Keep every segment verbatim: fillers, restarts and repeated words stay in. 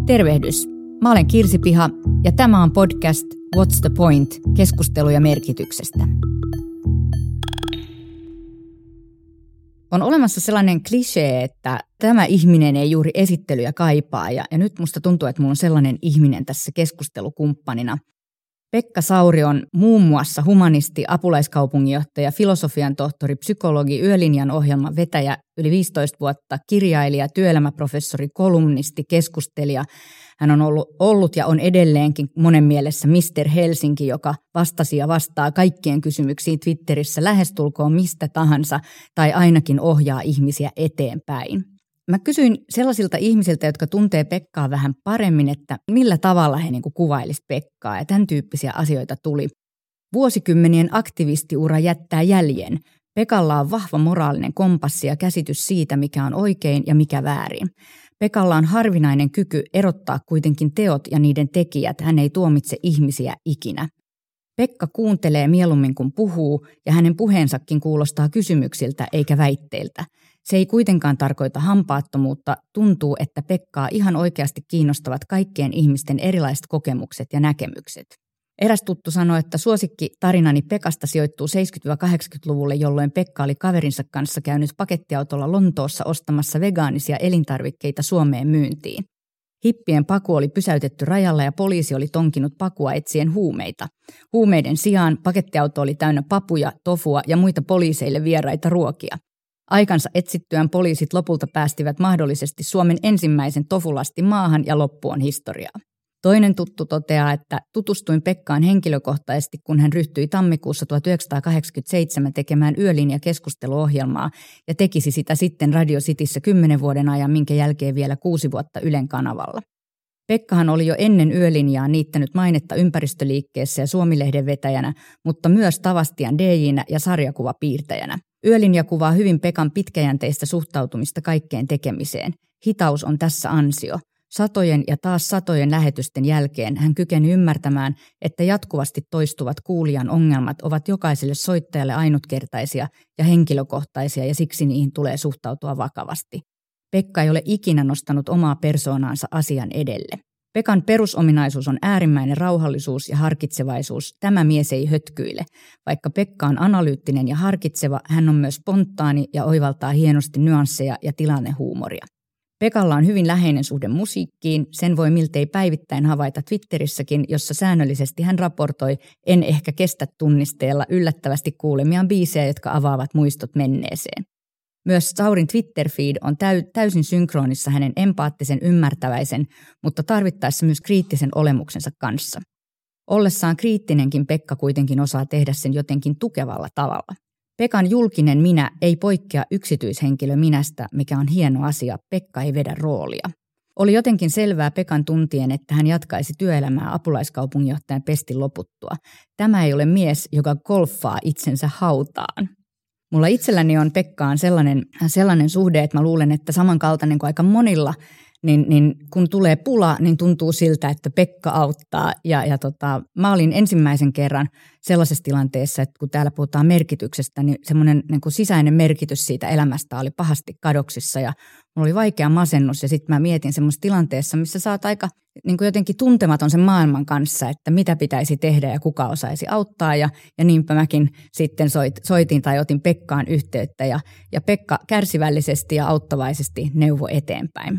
Tervehdys. Mä olen Kirsi Piha ja tämä on podcast What's the Point? Keskusteluja merkityksestä. On olemassa sellainen klisee, että tämä ihminen ei juuri esittelyjä kaipaa ja, ja nyt musta tuntuu, että mulla on sellainen ihminen tässä keskustelukumppanina. Pekka Sauri on muun muassa humanisti, apulaiskaupunginjohtaja, filosofian tohtori, psykologi, Yölinjan ohjelman vetäjä, yli viisitoista vuotta, kirjailija, työelämäprofessori, kolumnisti, keskustelija. Hän on ollut, ollut ja on edelleenkin monen mielessä mister Helsinki, joka vastasi ja vastaa kaikkien kysymyksiin Twitterissä lähestulkoon mistä tahansa tai ainakin ohjaa ihmisiä eteenpäin. Mä kysyin sellaisilta ihmisiltä, jotka tuntee Pekkaa vähän paremmin, että millä tavalla he niin kuin kuvailisivat Pekkaa ja tämän tyyppisiä asioita tuli. Vuosikymmenien aktivistiura jättää jäljen. Pekalla on vahva moraalinen kompassi ja käsitys siitä, mikä on oikein ja mikä väärin. Pekalla on harvinainen kyky erottaa kuitenkin teot ja niiden tekijät. Hän ei tuomitse ihmisiä ikinä. Pekka kuuntelee mieluummin kuin puhuu ja hänen puheensakin kuulostaa kysymyksiltä eikä väitteiltä. Se ei kuitenkaan tarkoita hampaattomuutta, tuntuu, että Pekkaa ihan oikeasti kiinnostavat kaikkien ihmisten erilaiset kokemukset ja näkemykset. Eräs tuttu sanoi, että suosikki tarinani Pekasta sijoittuu seitsemänkymmentä-kahdeksankymmentäluvulle, jolloin Pekka oli kaverinsa kanssa käynyt pakettiautolla Lontoossa ostamassa vegaanisia elintarvikkeita Suomeen myyntiin. Hippien paku oli pysäytetty rajalla ja poliisi oli tonkinut pakua etsien huumeita. Huumeiden sijaan pakettiauto oli täynnä papuja, tofua ja muita poliiseille vieraita ruokia. Aikansa etsittyään poliisit lopulta päästivät mahdollisesti Suomen ensimmäisen tofulasti maahan ja loppu on historiaa. Toinen tuttu toteaa, että tutustuin Pekkaan henkilökohtaisesti, kun hän ryhtyi tammikuussa tuhatyhdeksänsataakahdeksankymmentäseitsemän tekemään Yölinja-keskusteluohjelmaa ja tekisi sitä sitten Radio Cityssä kymmenen vuoden ajan, minkä jälkeen vielä kuusi vuotta Ylen kanavalla. Pekkahan oli jo ennen Yölinjaa niittänyt mainetta ympäristöliikkeessä ja Suomi-lehden vetäjänä, mutta myös Tavastian D J:nä ja sarjakuvapiirtäjänä. Yölinja kuvaa hyvin Pekan pitkäjänteistä suhtautumista kaikkeen tekemiseen. Hitaus on tässä ansio. Satojen ja taas satojen lähetysten jälkeen hän kykeni ymmärtämään, että jatkuvasti toistuvat kuulijan ongelmat ovat jokaiselle soittajalle ainutkertaisia ja henkilökohtaisia ja siksi niihin tulee suhtautua vakavasti. Pekka ei ole ikinä nostanut omaa persoonaansa asian edelle. Pekan perusominaisuus on äärimmäinen rauhallisuus ja harkitsevaisuus. Tämä mies ei hötkyile. Vaikka Pekka on analyyttinen ja harkitseva, hän on myös spontaani ja oivaltaa hienosti nyansseja ja tilannehuumoria. Pekalla on hyvin läheinen suhde musiikkiin, sen voi miltei päivittäin havaita Twitterissäkin, jossa säännöllisesti hän raportoi en ehkä kestä tunnisteella yllättävästi kuulemiaan biisejä, jotka avaavat muistot menneeseen. Myös Saurin Twitter-feed on täy- täysin synkronissa hänen empaattisen, ymmärtäväisen, mutta tarvittaessa myös kriittisen olemuksensa kanssa. Ollessaan kriittinenkin Pekka kuitenkin osaa tehdä sen jotenkin tukevalla tavalla. Pekan julkinen minä ei poikkea yksityishenkilö minästä, mikä on hieno asia. Pekka ei vedä roolia. Oli jotenkin selvää Pekan tuntien, että hän jatkaisi työelämää apulaiskaupunginjohtajan pestin loputtua. Tämä ei ole mies, joka golfaa itsensä hautaan. Mulla itselläni on Pekkaan sellainen, sellainen suhde, että mä luulen, että samankaltainen kuin aika monilla, niin, niin kun tulee pula, niin tuntuu siltä, että Pekka auttaa. Ja, ja tota, mä olin ensimmäisen kerran sellaisessa tilanteessa, että kun täällä puhutaan merkityksestä, niin semmoinen niin kuin sisäinen merkitys siitä elämästä oli pahasti kadoksissa ja mulla oli vaikea masennus. Ja sitten mä mietin semmoisessa tilanteessa, missä sä oot aika niin kuin jotenkin tuntematon sen maailman kanssa, että mitä pitäisi tehdä ja kuka osaisi auttaa. Ja, ja niinpä mäkin sitten soit, soitin tai otin Pekkaan yhteyttä ja, ja Pekka kärsivällisesti ja auttavaisesti neuvoi eteenpäin.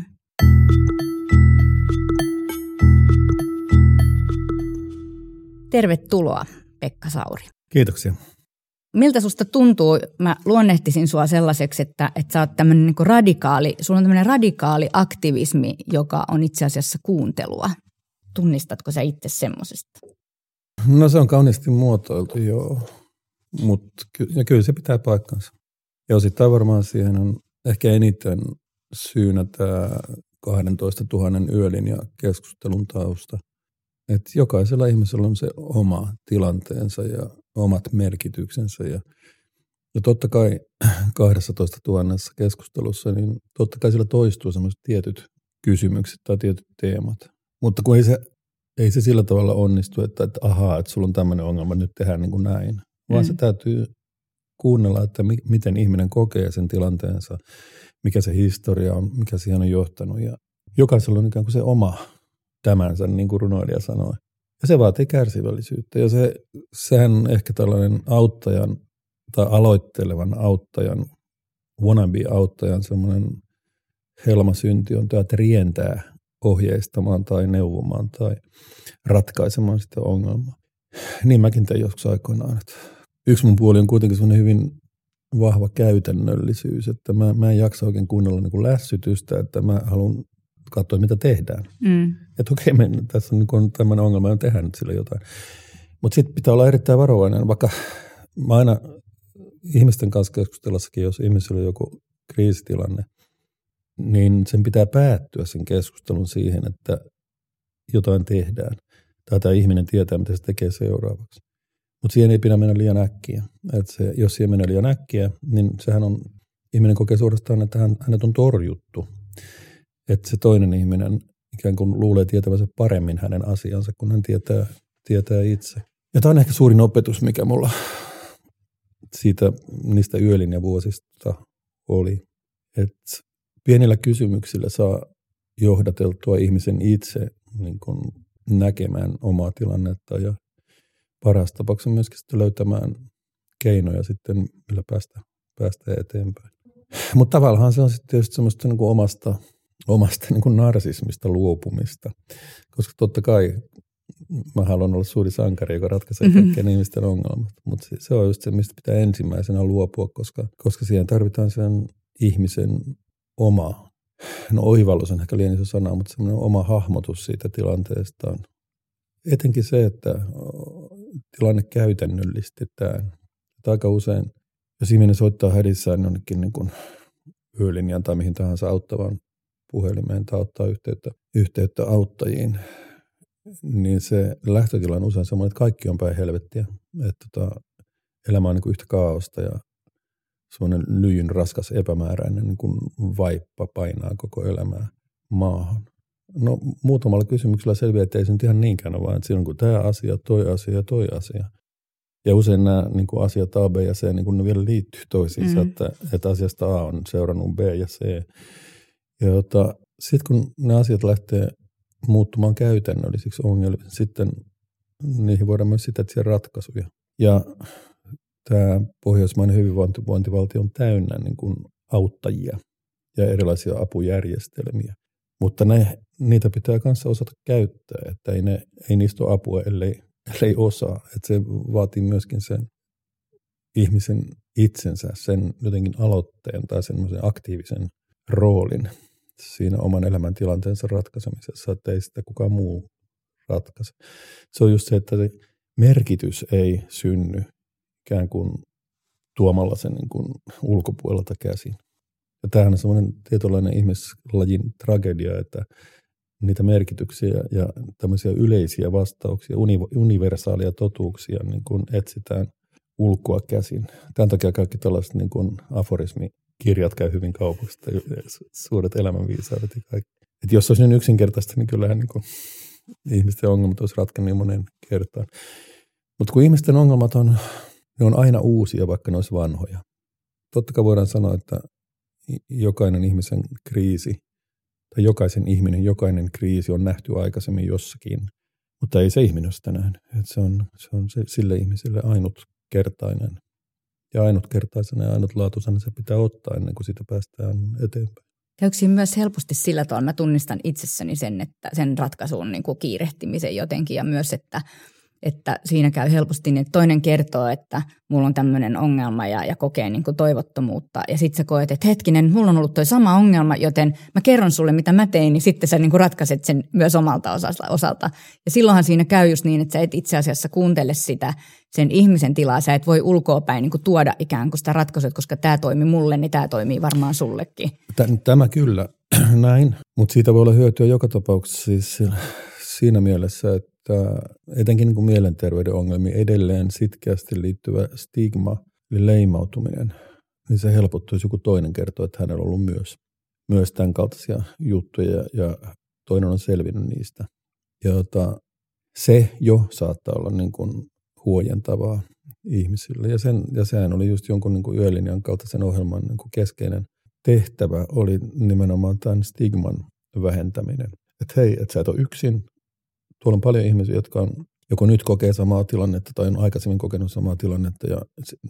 Tervetuloa, Pekka Sauri. Kiitoksia. Miltä susta tuntuu? Mä luonnehtisin sua sellaiseksi, että, että sä oot tämmöinen niin kuin radikaali, sulla on tämmöinen radikaali aktivismi, joka on itse asiassa kuuntelua. Tunnistatko sä itse semmoisesta? No se on kauniisti muotoiltu, joo. Mutta ky- kyllä se pitää paikkansa. Ja osittain varmaan siihen on ehkä eniten syynä tämä kahdentoistatuhannen Yölinja keskustelun tausta. Että jokaisella ihmisellä on se oma tilanteensa ja omat merkityksensä. Ja, ja totta kai kahdessatoista tuhannessa keskustelussa, niin totta kai siellä toistuu sellaiset tietyt kysymykset tai tietyt teemat. Mutta kun ei se, ei se sillä tavalla onnistu, että, että ahaa, että sulla on tämmöinen ongelma, nyt tehdään niin kuin näin. Vaan mm. se täytyy kuunnella, että mi, miten ihminen kokee sen tilanteensa, mikä se historia on, mikä siihen on johtanut. Ja jokaisella on ikään kuin se oma tämänsä, niin kuin runoilija sanoi. Ja se vaatii kärsivällisyyttä. Ja se, sehän on ehkä tällainen auttajan tai aloittelevan auttajan, wannabe-auttajan semmoinen helmasynti on tämä, että rientää ohjeistamaan tai neuvomaan tai ratkaisemaan sitä ongelmaa. Niin mäkin tein joskus aikoinaan. Yksi mun puoli on kuitenkin semmoinen hyvin vahva käytännöllisyys, että mä, mä en jaksa oikein kuunnella niin kuin lässytystä, että mä haluan katsoa, mitä tehdään. Mm. Että okei, me, tässä on, niin on tämmöinen ongelma, ja tehdään nyt sille jotain. Mutta sitten pitää olla erittäin varovainen, vaikka mä aina ihmisten kanssa keskustellessakin, jos ihmisellä on joku kriisitilanne, niin sen pitää päättyä sen keskustelun siihen, että jotain tehdään. Tai tämä ihminen tietää, mitä se tekee seuraavaksi. Mutta siihen ei pidä mennä liian äkkiä. Et se, jos siihen menee liian äkkiä, niin sehän on, ihminen kokee suorastaan, että hän, hänet on torjuttu. Että se toinen ihminen ikään kuin luulee tietävänsä paremmin hänen asiansa, kun hän tietää, tietää itse. Ja tämä on ehkä suurin opetus, mikä mulla siitä niistä yölinjavuosista oli. Että pienillä kysymyksillä saa johdateltua ihmisen itse niin kuin näkemään omaa tilannetta ja parasta tapauksessa myöskin sitten löytämään keinoja sitten, millä päästä, päästä eteenpäin. Mutta tavallaan se on sitten tietysti semmoista niin kuin omasta, omasta niin kuin narsismista luopumista, koska totta kai mä haluan olla suuri sankari, joka ratkaisee mm-hmm. kaikkien ihmisten ongelmat, mutta se, se on just se, mistä pitää ensimmäisenä luopua, koska, koska siihen tarvitaan sen ihmisen oma, no oivallus on ehkä liian iso sana, mutta semmoinen oma hahmotus siitä tilanteestaan. Etenkin se, että tilanne käytännöllistetään. Että aika usein, jos ihminen soittaa hädissään jonnekin niin kuin yölinjan tai mihin tahansa auttavan puhelimeen tai ottaa yhteyttä, yhteyttä auttajiin, niin se lähtötila on usein semmoinen, että kaikki on päin helvettiä. Että tota, elämä on niin kuin yhtä kaaosta ja semmoinen lyijyn raskas epämääräinen niin kuin vaippa painaa koko elämää maahan. No muutamalla kysymyksellä selviää, että ei se nyt ihan niinkään ole, vaan että silloin kun tämä asia, toi asia ja toi asia. Ja usein nämä niin kuin asiat A, B ja C, niin kuin ne vielä liittyy toisiinsa, mm. että, että asiasta A on seurannut B ja C. Ja sitten kun ne asiat lähtee muuttumaan käytännöllisiksi ongelmiksi, sitten niihin voidaan myös sitä etsiä ratkaisuja. Ja tämä pohjoismainen hyvinvointivaltio on täynnä niin kuin auttajia ja erilaisia apujärjestelmiä. Mutta ne, niitä pitää kanssa osata käyttää, että ei, ne, ei niistä ole apua, ellei, ellei osaa. Että se vaatii myöskin sen ihmisen itsensä, sen jotenkin aloitteen tai semmoisen aktiivisen roolin siinä oman elämäntilanteensa ratkaisemisessa, että ei sitä kukaan muu ratkaise. Se on just se, että se merkitys ei synny ikään kuin tuomalla sen niin kuin ulkopuolelta käsin. Ja tämähän on semmoinen tietynlainen ihmislajin tragedia, että niitä merkityksiä ja tämmöisiä yleisiä vastauksia, universaalia totuuksia niin kuin etsitään ulkoa käsin. Tämän takia kaikki tällaiset niin kuin aforismikirjat käy hyvin kaupasta, suuret elämänviisaudet ja kaikki. Et jos olisi niin yksinkertaista, niin kyllähän niin kuin ihmisten ongelmat olisi ratkennut niin monen kertaan. Mutta kun ihmisten ongelmat on, ne on aina uusia, vaikka ne olisi vanhoja. Totta kai voidaan sanoa, että jokainen ihmisen kriisi, tai jokaisen ihminen, jokainen kriisi on nähty aikaisemmin jossakin, mutta ei se ihminen ole sitä nähnyt. Et se on, se on se, sille ihmiselle ainutkertainen. Ja ainutkertaisena ja ainutlaatuisena se pitää ottaa ennen kuin sitä päästään eteenpäin. Käykö siinä myös helposti sillä tavalla, mä tunnistan itsessäni sen, että sen ratkaisun niin kuin kiirehtimisen jotenkin ja myös, että Että siinä käy helposti niin, että toinen kertoo, että mulla on tämmöinen ongelma ja, ja kokee niin kuin toivottomuutta. Ja sitten sä koet, että hetkinen, mulla on ollut toi sama ongelma, joten mä kerron sulle, mitä mä tein, niin sitten sä niin kuin ratkaiset sen myös omalta osalta. Ja silloinhan siinä käy just niin, että sä et itse asiassa kuuntele sitä sen ihmisen tilaa. Sä et voi ulkoapäin niin kuin tuoda ikään kuin sitä ratkaisua, koska tämä toimii mulle, niin tämä toimii varmaan sullekin. Tämä kyllä, näin. Mutta siitä voi olla hyötyä joka tapauksessa siis siinä mielessä, että etenkin niin kuin mielenterveyden ongelmiin edelleen sitkeästi liittyvä stigma, eli leimautuminen, niin se helpottuisi joku toinen kertoo, että hänellä on ollut myös, myös tämän kaltaisia juttuja ja toinen on selvinnyt niistä. Ja jota, se jo saattaa olla niin kuin huojentavaa ihmisille. Ja, sen, ja sehän oli just jonkun niin kuin yölinjan kaltaisen ohjelman niin kuin keskeinen tehtävä oli nimenomaan tämän stigman vähentäminen. Että hei, että sä et ole yksin, tuolla on paljon ihmisiä, jotka on, joko nyt kokee samaa tilannetta tai on aikaisemmin kokenut samaa tilannetta ja,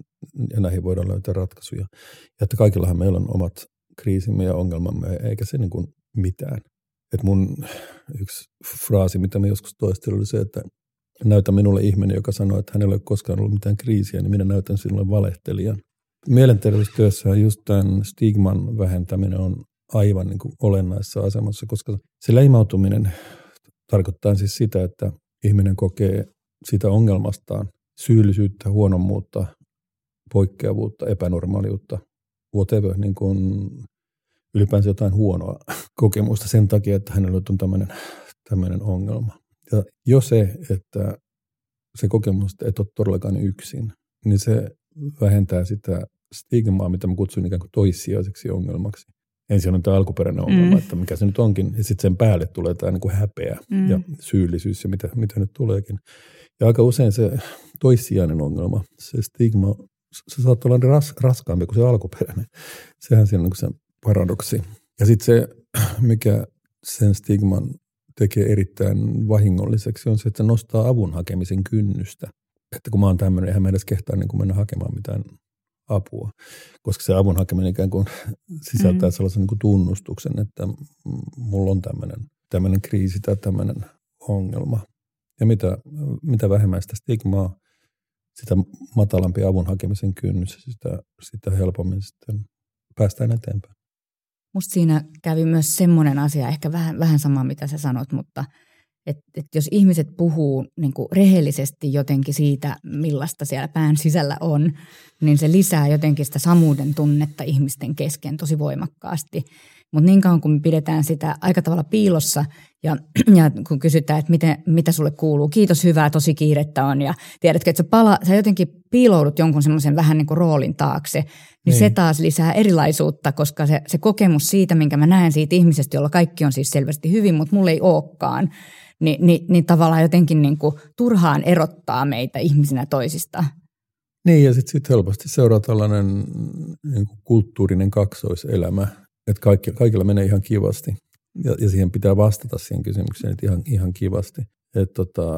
ja näihin voidaan löytää ratkaisuja. Ja että kaikillahan meillä on omat kriisimme ja ongelmamme, eikä se niin kuin mitään. Et mun yksi fraasi, mitä mä joskus toistelin, oli se, että näytä minulle ihminen, joka sanoo, että hänellä ei ole koskaan ollut mitään kriisiä, niin minä näytän sinulle valehtelijan. Mielenterveystyössä just tämän stigman vähentäminen on aivan niin kuin olennaisessa asemassa, koska se leimautuminen tarkoittaa siis sitä, että ihminen kokee sitä ongelmastaan syyllisyyttä, huonommuutta, poikkeavuutta, epänormaaliutta, whatever, niin kuin ylipäänsä jotain huonoa kokemusta sen takia, että hänellä on tämmöinen, tämmöinen ongelma. Ja jo se, että se kokemus, että et ole todellakaan yksin, niin se vähentää sitä stigmaa, mitä mä kutsun ikään kuin toissijaiseksi ongelmaksi. Ensin on tämä alkuperäinen ongelma, mm. että mikä se nyt onkin, ja sitten sen päälle tulee tämä niin kuin häpeä mm. ja syyllisyys ja mitä, mitä nyt tuleekin. Ja aika usein se toissijainen ongelma, se stigma, se saattaa olla ras, raskaampi kuin se alkuperäinen. Sehän siinä on niin se paradoksi. Ja sitten se, mikä sen stigman tekee erittäin vahingolliseksi, on se, että se nostaa avun hakemisen kynnystä. Että kun mä oon tämmöinen, eihän mä edes kehtaa niin kuin mennä hakemaan mitään apua, koska se avun hakeminen ikään kuin sisältää mm. sellaisen niin kuin tunnustuksen, että mulla on tämmöinen, tämmöinen kriisi tai tämmöinen ongelma. Ja mitä, mitä vähemmän sitä stigmaa, sitä matalampi avun hakemisen kynnys, sitä, sitä helpommin sitten päästään eteenpäin. Musta siinä kävi myös semmoinen asia, ehkä vähän, vähän sama mitä sä sanot, mutta että et jos ihmiset puhuu niin kuin rehellisesti jotenkin siitä, millaista siellä pään sisällä on, niin se lisää jotenkin sitä samuuden tunnetta ihmisten kesken tosi voimakkaasti. Mutta niin kauan kun me pidetään sitä aika tavalla piilossa ja, ja kun kysytään, että miten, mitä sulle kuuluu, kiitos hyvää, tosi kiirettä on ja tiedätkö, että sä, pala, sä jotenkin piiloudut jonkun semmoisen vähän niin kuin roolin taakse, niin, niin se taas lisää erilaisuutta, koska se, se kokemus siitä, minkä mä näen siitä ihmisestä, jolla kaikki on siis selvästi hyvin, mutta mulla ei olekaan, niin, niin, niin tavallaan jotenkin niin kuin turhaan erottaa meitä ihmisinä toisista. Niin ja sitten sit helposti seuraa tällainen niin kuin kulttuurinen kaksoiselämä, että kaikki, kaikilla menee ihan kivasti ja, ja siihen pitää vastata siihen kysymykseen, että ihan, ihan kivasti. Että tota,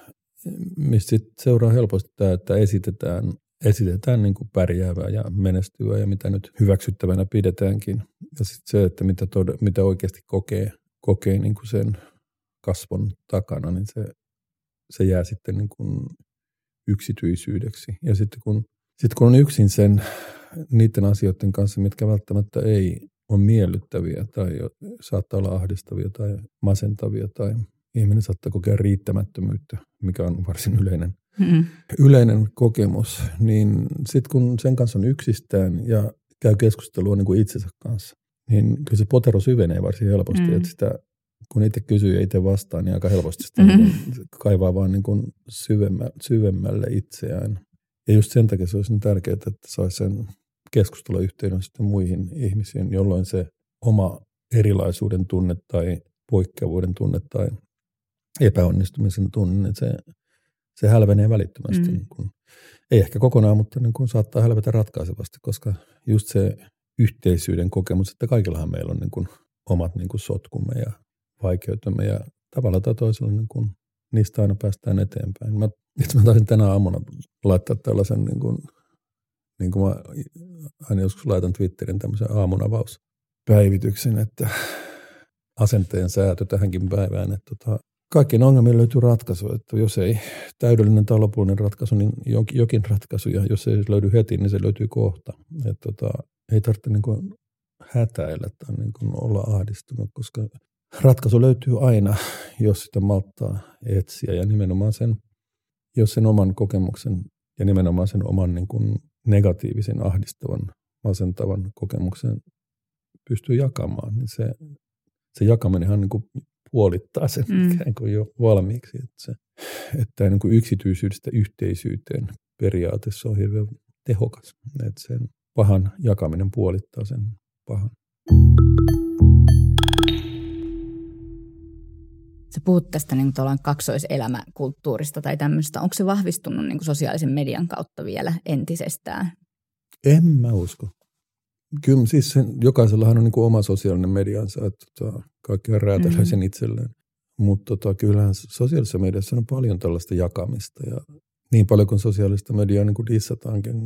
mistä sitten seuraa helposti tämä, että esitetään, esitetään niin kuin pärjäävää ja menestyvää ja mitä nyt hyväksyttävänä pidetäänkin. Ja sitten se, että mitä, tod, mitä oikeasti kokee, kokee niin kuin sen kasvon takana, niin se, se jää sitten niin kuin yksityisyydeksi. Ja sitten kun, sitten kun on yksin sen niiden asioiden kanssa, mitkä välttämättä ei on miellyttäviä tai saattaa olla ahdistavia tai masentavia tai ihminen saattaa kokea riittämättömyyttä, mikä on varsin yleinen, mm-hmm. yleinen kokemus, niin sitten kun sen kanssa on yksistään ja käy keskustelua niin kuin itsensä kanssa, niin kyllä se potero syvenee varsin helposti, mm-hmm. että sitä, kun itse kysyy ja itse vastaa, niin aika helposti sitä mm-hmm. niin kaivaa vaan niin kuin syvemmä, syvemmälle itseään. Ja just sen takia se olisi niin tärkeää, että saisi sen keskustella yhteyden sitten muihin ihmisiin, jolloin se oma erilaisuuden tunne tai poikkeavuuden tunne tai epäonnistumisen tunne, niin se, se hälvenee välittömästi. Mm. Niin kun, ei ehkä kokonaan, mutta niin kun saattaa hälvetä ratkaisevasti, koska just se yhteisyyden kokemus, että kaikillahan meillä on niin kun omat niin kun sotkumme ja vaikeutemme ja tavalla tai toisella niin kun niistä aina päästään eteenpäin. Mä, itse mä taisin tänä aamuna laittaa tällaisen niin kun niin kuin mä aina joskus laitan Twitterin tämmöisen aamunavauspäivityksen, että asenteen säätö tähänkin päivään, että tota, kaikkien ongelmien löytyy ratkaisu, että jos ei täydellinen tai lopullinen ratkaisu, niin jokin, jokin ratkaisu, ja jos ei löydy heti, niin se löytyy kohta. Että tota, ei tarvitse niin kuin hätäillä tai niin kuin olla ahdistunut, koska ratkaisu löytyy aina, jos sitä malttaa etsiä, ja nimenomaan sen, jos sen oman kokemuksen ja nimenomaan sen oman niin kuin negatiivisen, ahdistavan, masentavan kokemuksen pystyy jakamaan, niin se, se jakaminenhan niin kuin puolittaa sen mm. ikään kuin jo valmiiksi. Että, se, että niin kuin yksityisyydestä yhteisyyteen periaatteessa on hirveän tehokas. Että sen pahan jakaminen puolittaa sen pahan. Sä puhut tästä niin kuin kaksoiselämäkulttuurista tai tämmöistä. Onko se vahvistunut niin kuin sosiaalisen median kautta vielä entisestään? En mä usko. Kyllä siis sen, jokaisellahan on niin kuin oma sosiaalinen mediansa, että kaikkihan räätälöi sen itselleen. Mutta tota, kyllähän sosiaalisessa mediassa on paljon tällaista jakamista ja niin paljon kuin sosiaalista mediaa niin kuin dissataankin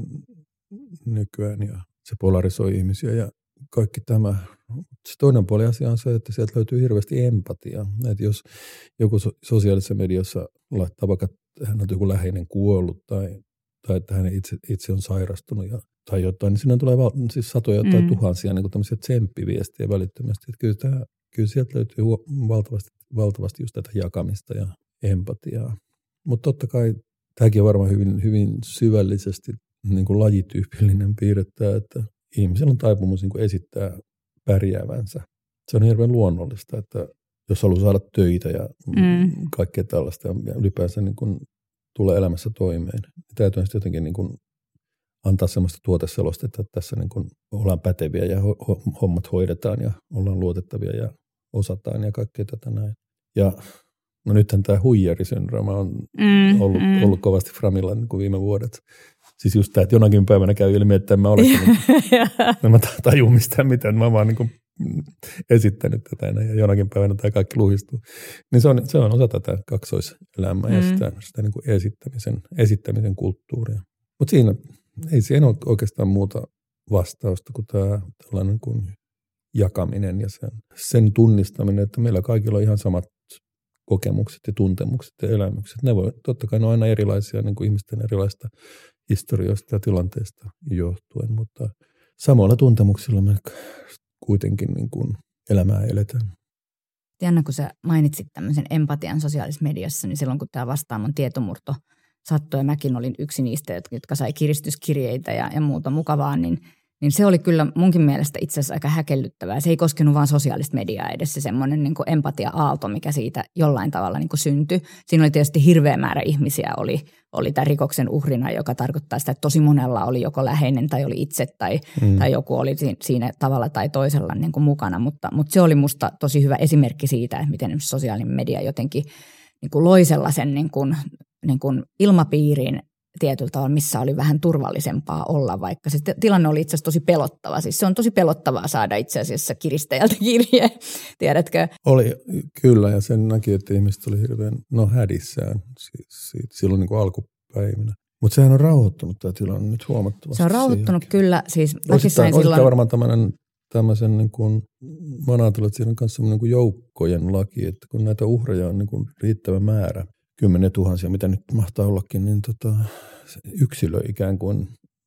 nykyään ja se polarisoi ihmisiä ja kaikki tämä. Se toinen puoli asia on se, että sieltä löytyy hirveästi empatiaa. Että jos joku sosiaalisessa mediassa laittaa vaikka, että hän on joku läheinen kuollut tai, tai että hän itse, itse on sairastunut ja, tai jotain, niin sinne tulee val, siis satoja tai mm. tuhansia niin kuin tämmöisiä tsemppiviestiä välittömästi. Että kyllä, tämä, kyllä sieltä löytyy valtavasti, valtavasti just tätä jakamista ja empatiaa. Mutta totta kai tämäkin on varmaan hyvin, hyvin syvällisesti niin kuin lajityypillinen piirre, että ihmisellä on taipumus niin kuin esittää pärjäävänsä. Se on hirveän luonnollista, että jos haluaa saada töitä ja mm. kaikkea tällaista ja ylipäänsä niin kuin tulee elämässä toimeen, niin täytyy sitten jotenkin niin kuin antaa sellaista tuoteselostetta, että tässä niin kuin ollaan päteviä ja hommat hoidetaan ja ollaan luotettavia ja osataan ja kaikkea tätä näin. Ja no nythän tämä huijarisyndrooma on mm, ollut, mm. ollut kovasti framilla niin kuin viime vuodet. Siis just tämä, että jonakin päivänä käy ilmi, että en mä olekaan, en mä tajua mistään mitään, mä oon vaan niin kuin esittänyt tätä ja jonakin päivänä tämä kaikki luhistuu. Niin se on, se on osa tätä kaksoiselämää mm. ja sitä, sitä niin kuin esittämisen, esittämisen kulttuuria. Mutta siinä ei siinä ole oikeastaan muuta vastausta kuin tämä tällainen kuin jakaminen ja sen, sen tunnistaminen, että meillä kaikilla on ihan samat kokemukset ja tuntemukset ja elämykset. Ne voi, totta kai ne on aina erilaisia niin kuin ihmisten erilaista historioista ja tilanteesta johtuen, mutta samoilla tuntemuksilla me kuitenkin niin kuin elämää eletään. Tiedätkö, kun sä mainitsit tämmöisen empatian sosiaalisessa mediassa, niin silloin kun tämä Vastaamon tietomurto sattui ja mäkin olin yksi niistä, jotka sai kiristyskirjeitä ja, ja muuta mukavaa, niin Niin se oli kyllä munkin mielestä itse asiassa aika häkellyttävää. Se ei koskenut vaan sosiaalista mediaa edes, se semmoinen niin kuin empatia-aalto, mikä siitä jollain tavalla niin kuin syntyi. Siinä oli tietysti hirveä määrä ihmisiä oli, oli tämän rikoksen uhrina, joka tarkoittaa sitä, että tosi monella oli joko läheinen tai oli itse tai, mm. tai joku oli siinä tavalla tai toisella niin kuin mukana. Mutta, mutta se oli musta tosi hyvä esimerkki siitä, että miten sosiaalinen media jotenkin niin kuin loi sellaisen niin kuin, niin kuin ilmapiiriin, tietyllä tavalla, missä oli vähän turvallisempaa olla, vaikka se tilanne oli itse asiassa tosi pelottava. Siis se on tosi pelottavaa saada itse asiassa kiristäjältä kirje, tiedätkö? Oli, kyllä, ja sen näki, että ihmiset oli hirveän no hädissään siis, siitä, silloin niin kuin alkupäivinä. Mutta sehän on rauhoittunut tämä tilanne nyt huomattavasti. Se on rauhoittunut siihenkin. Kyllä. Siis osittain, silloin... osittain varmaan tämmöinen, tämmöisen, niin kuin, mä oon ajatellut, että siinä on myös semmoinen niin kuin joukkojen laki, että kun näitä uhreja on niin kuin riittävä määrä, kymmeniä tuhansia, mitä nyt mahtaa ollakin, niin tota, yksilö ikään kuin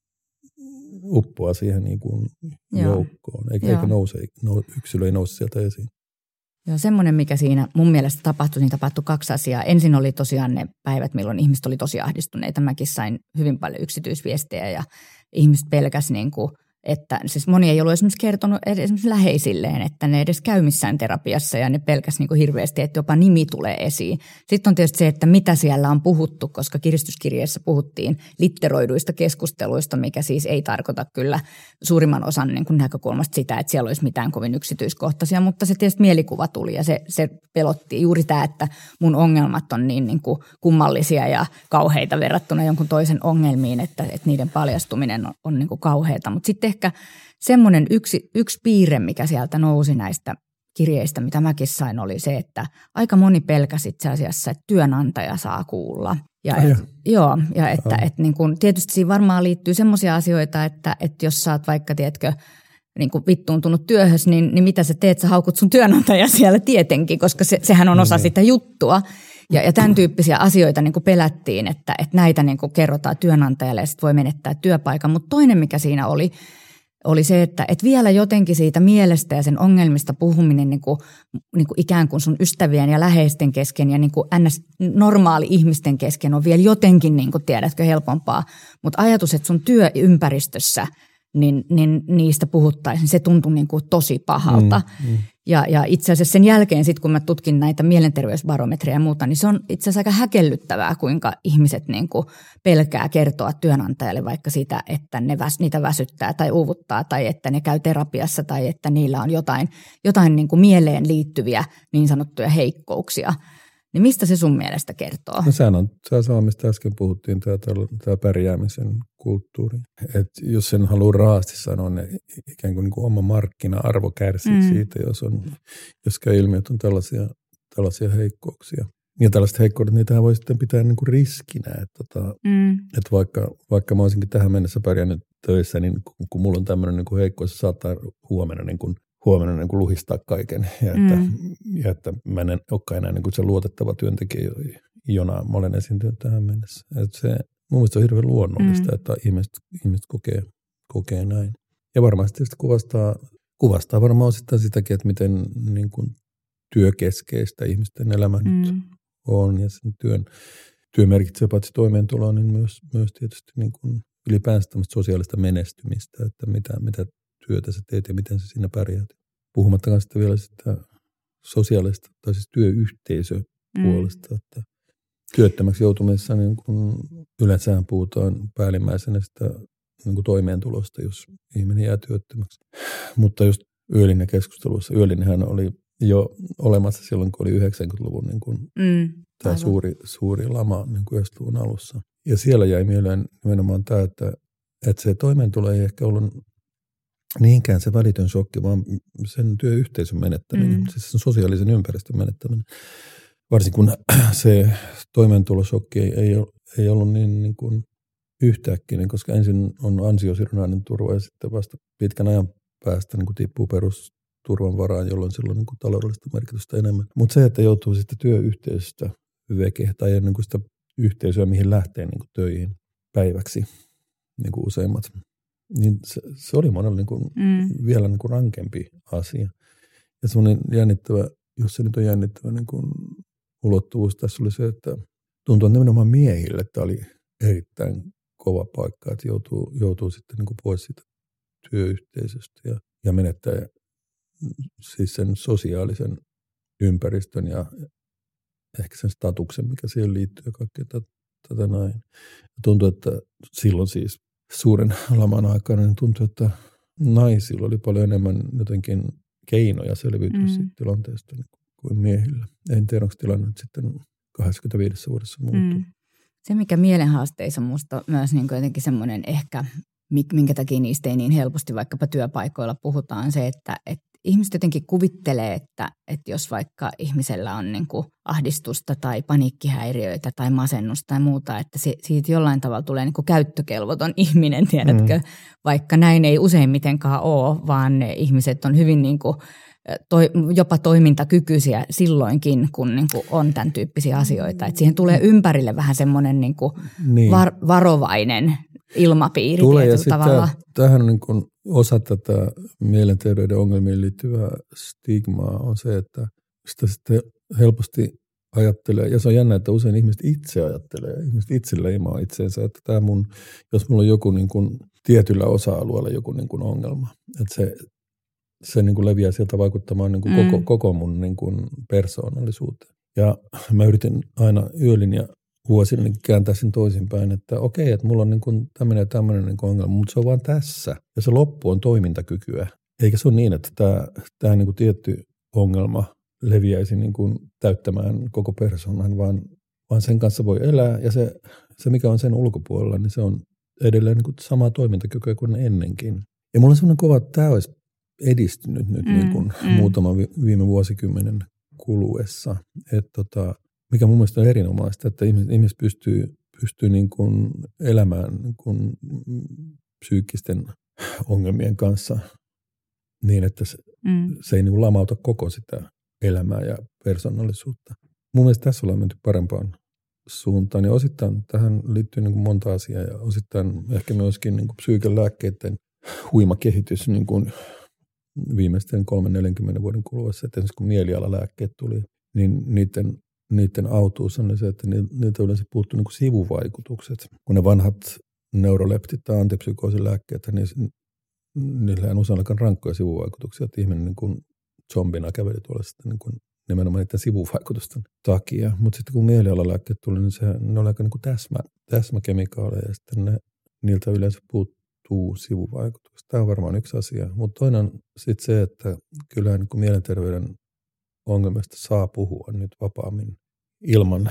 uppoaa siihen niin kuin joukkoon, eikä, eikä nouse, no, yksilö ei nouse sieltä esiin. Joo, semmoinen, mikä siinä mun mielestä tapahtui, niin tapahtui kaksi asiaa. Ensin oli tosiaan ne päivät, milloin ihmiset oli tosi ahdistuneita. Mäkin sain hyvin paljon yksityisviestejä ja ihmiset pelkäsi niin kuin, että siis moni ei ollut esimerkiksi kertonut esimerkiksi läheisilleen, että ne edes käy missään terapiassa ja ne pelkäsi niin kuin hirveästi, että jopa nimi tulee esiin. Sitten on tietysti se, että mitä siellä on puhuttu, koska kiristyskirjeessä puhuttiin litteroiduista keskusteluista, mikä siis ei tarkoita kyllä suurimman osan niin kuin näkökulmasta sitä, että siellä olisi mitään kovin yksityiskohtaisia, mutta se tietysti mielikuva tuli ja se, se pelotti juuri tämä, että mun ongelmat on niin, niin kuin kummallisia ja kauheita verrattuna jonkun toisen ongelmiin, että, että niiden paljastuminen on, on niin kuin kauheita, mutta sitten ehkä semmoinen yksi, yksi piirre, mikä sieltä nousi näistä kirjeistä, mitä mäkin sain, oli se, että aika moni pelkäsi itse asiassa, että työnantaja saa kuulla. Ja et, joo, ja että et niin kun, tietysti siinä varmaan liittyy semmoisia asioita, että et jos sä oot vaikka, tiedätkö, niin kuin vittuuntunut työhös, niin, niin mitä sä teet? Sä haukut sun työnantaja siellä tietenkin, koska se, sehän on osa sitä juttua. Ja, ja tämän tyyppisiä asioita niin kuin pelättiin, että, että näitä niin kuin kerrotaan työnantajalle ja sitten voi menettää työpaikan. Mutta toinen, mikä siinä oli, oli se, että, että vielä jotenkin siitä mielestä ja sen ongelmista puhuminen niin kuin, niin kuin ikään kuin sun ystävien ja läheisten kesken ja niin kuin ns. Normaali ihmisten kesken on vielä jotenkin, niin kuin tiedätkö, helpompaa. Mutta ajatus, että sun työympäristössä niin, niin niistä puhuttaisiin, se tuntui niin kuin tosi pahalta. Mm, mm. Ja, ja itse asiassa sen jälkeen, sit kun mä tutkin näitä mielenterveysbarometreja ja muuta, niin se on itse asiassa aika häkellyttävää, kuinka ihmiset niin kuin pelkää kertoa työnantajalle vaikka sitä, että ne väs, niitä väsyttää tai uuvuttaa tai että ne käy terapiassa tai että niillä on jotain, jotain niin kuin mieleen liittyviä niin sanottuja heikkouksia. Niin mistä se sun mielestä kertoo? No sehän on se, mistä äsken puhuttiin, tämä, tämä pärjäämisen kulttuuri. Että jos sen haluaa raasti sanoa, niin ikään kuin, niin kuin oma markkina-arvo kärsii mm. siitä, jos, on, jos käy ilmi, että on tällaisia, tällaisia heikkouksia. Ja tällaiset heikkoudet, niitähän voi sitten pitää niin kuin riskinä, että, tota, mm. että vaikka, vaikka mä olisinkin tähän mennessä pärjännyt töissä, niin kun, kun mulla on tämmöinen niin kuin heikkous, se saattaa huomenna, niin kuin, huomenna niin kuin luhistaa kaiken. Ja että, mm. ja että mä en olekaan enää niin kuin se luotettava työntekijä, jona mä olen esiintynyt tähän mennessä. Että se, mun mielestä on hirveän luonnollista, mm. että ihmiset, ihmiset kokee, kokee näin. Ja varmasti tietysti kuvastaa, kuvastaa varmaan osittain sitäkin, että miten niin kuin työkeskeistä ihmisten elämä mm. nyt on. Ja sen työn, työ merkitsee paitsi toimeentuloa, niin myös, myös tietysti niin kuin ylipäänsä tämmöistä sosiaalista menestymistä, että mitä, mitä työtä sä teet ja miten sä siinä pärjäät. Puhumattakaan sitten vielä sitä sosiaalista, tai siis työyhteisöpuolesta, mm. että työttömäksi joutumisessa niin kun yleensähän puhutaan päällimmäisenä sitä niin kuin toimeentulosta, jos ihminen jää työttömäksi. Mutta just Yölinen keskustelussa, Yölinenhän oli jo olemassa silloin, kun oli yhdeksänkymmentäluvun niin kuin mm, tämä suuri, suuri lama niin kuin yhdeksänkymmentäluvun alussa. Ja siellä jäi mieleen nimenomaan tämä, että, että se toimeentulo ei ehkä ollut niinkään se välitön shokki, vaan sen työyhteisön menettäminen, mm. siis sen sosiaalisen ympäristön menettäminen. Varsinkin kun se toimeentuloshokki ei, ei, ei ollut niin, niin kuin yhtäkkinen, koska ensin on ansiosidonnainen turva ja sitten vasta pitkän ajan päästä niin kuin tippuu perusturvan varaan, jolloin silloin niin kuin taloudellista merkitystä enemmän. Mutta se, että joutuu sitten työyhteisöstä veke tai niin kuin sitä yhteisöä, mihin lähtee niin kuin töihin päiväksi, niin kuin useimmat, niin se, se oli monella niin kuin mm. vielä niin kuin rankempi asia. Ja semmoinen jännittävä, jos se nyt on jännittävä niin kuin ulottuvuus tässä oli se, että tuntuu, että nimenomaan miehille tämä oli erittäin kova paikka, että joutuu, joutuu sitten niin kuin pois siitä työyhteisöstä ja, ja menettää siis sen sosiaalisen ympäristön ja ehkä sen statuksen, mikä siihen liittyy ja kaikkea tätä, tätä näin. Tuntuu, että silloin siis suuren laman aikana niin tuntui, että naisilla oli paljon enemmän jotenkin keinoja selviytyä mm. siitä tilanteesta kuin miehillä. En tiedä, onko tilanne nyt sitten kahdeksankymmentäviidessä vuodessa muuttuu. Mm. Se, mikä mielenhaasteissa on musta myös niin jotenkin semmoinen ehkä, minkä takia niistä ei niin helposti vaikkapa työpaikoilla puhutaan, se, että, että ihmiset jotenkin kuvittelee, että, että jos vaikka ihmisellä on niin kuin ahdistusta tai paniikkihäiriöitä tai masennusta tai muuta, että se, siitä jollain tavalla tulee niin kuin käyttökelvoton ihminen, tiedätkö, mm. vaikka näin ei useimmitenkaan ole, vaan ne ihmiset on hyvin niin kuin Toi, jopa toimintakykyisiä silloinkin, kun niin kuin on tämän tyyppisiä asioita. Et siihen tulee ympärille vähän semmoinen niin kuin niin. Var, varovainen ilmapiiri tulee, tietyllä tavalla. Tämähän on niin kuin osa tätä mielenterveyden ongelmiin liittyvää stigmaa on se, että sitä sitten helposti ajattelee, ja se on jännä, että usein ihmiset itse ajattelee, ihmiset itse leimaa itseensä, että tämä mun, jos mulla on joku niin kuin tietyllä osa-alueella joku niin kuin ongelma, että se se niin kuin leviää sieltä vaikuttamaan niin kuin mm. koko, koko mun niin kuin persoonallisuuteen. Ja mä yritin aina Yölin ja vuosina niin kääntää sen toisinpäin, että okei, että mulla on niin kuin tämmöinen ja tämmöinen niin kuin ongelma, mutta se on vaan tässä. Ja se loppu on toimintakykyä. Eikä se ole niin, että tämä, tämä niin kuin tietty ongelma leviäisi niin kuin täyttämään koko persoonan, vaan, vaan sen kanssa voi elää. Ja se, se, mikä on sen ulkopuolella, niin se on edelleen niin kuin samaa toimintakykyä kuin ennenkin. Ja mulla on semmoinen kova, että tämä olisi edistynyt nyt mm, niin kuin mm. muutaman viime vuosikymmenen kuluessa. Et tota, mikä mun mielestä on erinomaista, että ihmiset, ihmiset pystyy, pystyy niin kuin elämään niin kuin psyykkisten ongelmien kanssa niin, että se, mm. se ei niin kuin lamauta koko sitä elämää ja persoonallisuutta. Mun mielestä tässä ollaan menty parempaan suuntaan. Ja osittain tähän liittyy niin kuin monta asiaa ja osittain ehkä myöskin niin kuin psyykelääkkeiden huima kehitys niin kuin viimeisten kolmen neljänkymmenen vuoden kuluessa, että kun mielialalääkkeet tuli, niin niiden, niiden autuus on se, että niiltä yleensä puuttuu niin kuin sivuvaikutukset. Kun ne vanhat neuroleptit tai antipsykoosilääkkeet, niin niillä on usein aika rankkoja sivuvaikutuksia, että ihminen niin kuin zombina käveli tuolla sitten niin kuin nimenomaan niiden sivuvaikutusten takia. Mutta sitten kun mielialalääkkeet tuli, niin se, ne oli aika niin kuin täsmä, täsmäkemikaaleja ja sitten ne, niiltä yleensä puuttuu sivuvaikutukset. Tämä on varmaan yksi asia. Mutta toinen on sitten se, että kyllähän niin kuin mielenterveyden ongelmista saa puhua nyt vapaammin ilman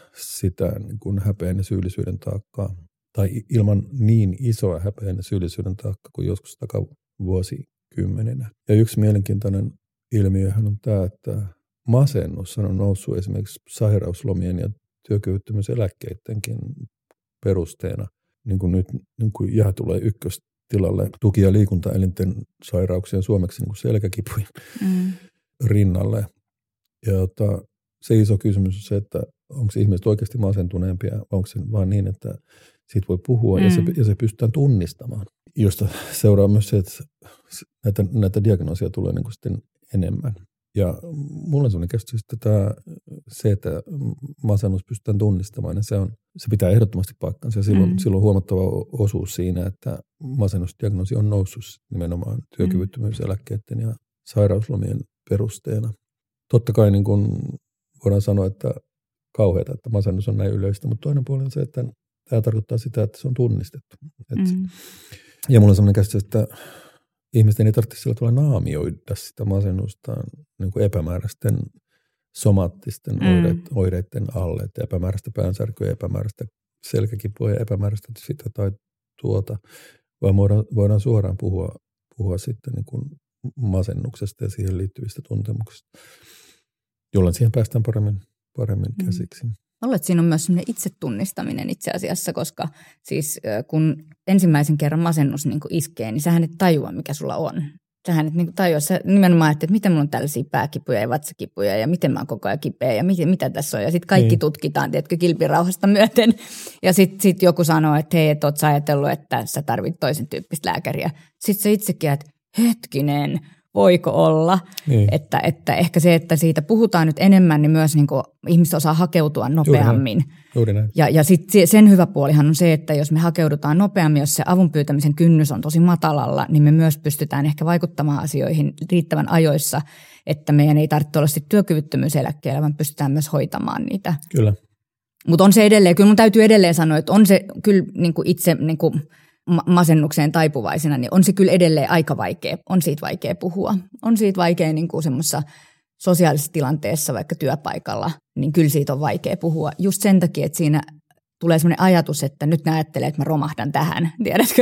sitä niin kuin häpeän ja syyllisyyden taakkaa. Tai ilman niin isoa häpeän ja syyllisyyden taakkaa kuin joskus takavuosikymmeninä. Ja yksi mielenkiintoinen ilmiöhän on tämä, että masennus on noussut esimerkiksi sairauslomien ja työkyvyttömyyseläkkeidenkin perusteena. Niin kuin nyt niin kuin jää tulee ykköstilalle tuki- ja liikuntaelinten sairauksien suomeksi niin kuin selkäkipujen mm. rinnalle. Ja jota, se iso kysymys on se, että onko ihmiset oikeasti masentuneempia, vai onko se vaan niin, että siitä voi puhua mm. ja, se, ja se pystytään tunnistamaan. Josta seuraa myös se, että näitä, näitä diagnoosia tulee niin kuin sitten enemmän. Ja mulla on sellainen käsitys, että tämä, se, että masennus pystytään tunnistamaan, niin se, on, se pitää ehdottomasti paikkansa. Ja silloin, mm. silloin on huomattava osuus siinä, että masennusdiagnoosi on noussut nimenomaan työkyvyttömyyseläkkeiden ja sairauslomien perusteena. Totta kai niin kuin voidaan sanoa, että kauheata, että masennus on näin yleistä, mutta toinen puoli on se, että tämä tarkoittaa sitä, että se on tunnistettu. Et, mm. Ja mulla on sellainen käsitys, että ihmisten ei tarvitse sillä tavalla naamioida sitä masennustaan niin kuin epämääräisten somaattisten mm. oireiden, oireiden alle, että epämääräistä päänsärkyä, epämääräistä selkäkipua ja epämääräistä sitä tai tuota, vaan voidaan, voidaan suoraan puhua, puhua sitten niin kuin masennuksesta ja siihen liittyvistä tuntemuksista, jolloin siihen päästään paremmin, paremmin mm. käsiksi. Olet siinä on myös sellainen itsetunnistaminen itse asiassa, koska siis kun ensimmäisen kerran masennus niin kuin iskee, niin sähän et tajua, mikä sulla on. Sähän et niin kuin tajua, sä nimenomaan, että miten mulla on tällaisia pääkipuja ja vatsakipuja ja miten mä oon koko ajan kipeä ja mitä, mitä tässä on. Ja sitten kaikki niin. tutkitaan, tiedätkö, kilpirauhasta myöten. Ja sitten sit joku sanoo, että hei, et oot sä ajatellut, että sä tarvit toisen tyyppistä lääkäriä. Sitten sä itsekin, että hetkinen, voiko olla, niin. että, että ehkä se, että siitä puhutaan nyt enemmän, niin myös niin kuin ihmiset osaa hakeutua nopeammin. Juuri näin. Juuri näin. Ja, ja sitten sen hyvä puolihan on se, että jos me hakeudutaan nopeammin, jos se avun pyytämisen kynnys on tosi matalalla, niin me myös pystytään ehkä vaikuttamaan asioihin riittävän ajoissa, että meidän ei tarvitse olla sitten työkyvyttömyyseläkkeellä, vaan pystytään myös hoitamaan niitä. Kyllä. Mutta on se edelleen, kyllä mun täytyy edelleen sanoa, että on se kyllä niin kuin itse niin kuin masennukseen taipuvaisena, niin on se kyllä edelleen aika vaikea, on siitä vaikea puhua. On siitä vaikea niin kuin semmoisessa sosiaalisessa tilanteessa, vaikka työpaikalla, niin kyllä siitä on vaikea puhua. Just sen takia, että siinä tulee semmoinen ajatus, että nyt ne ajattelee, että mä romahdan tähän, tiedätkö?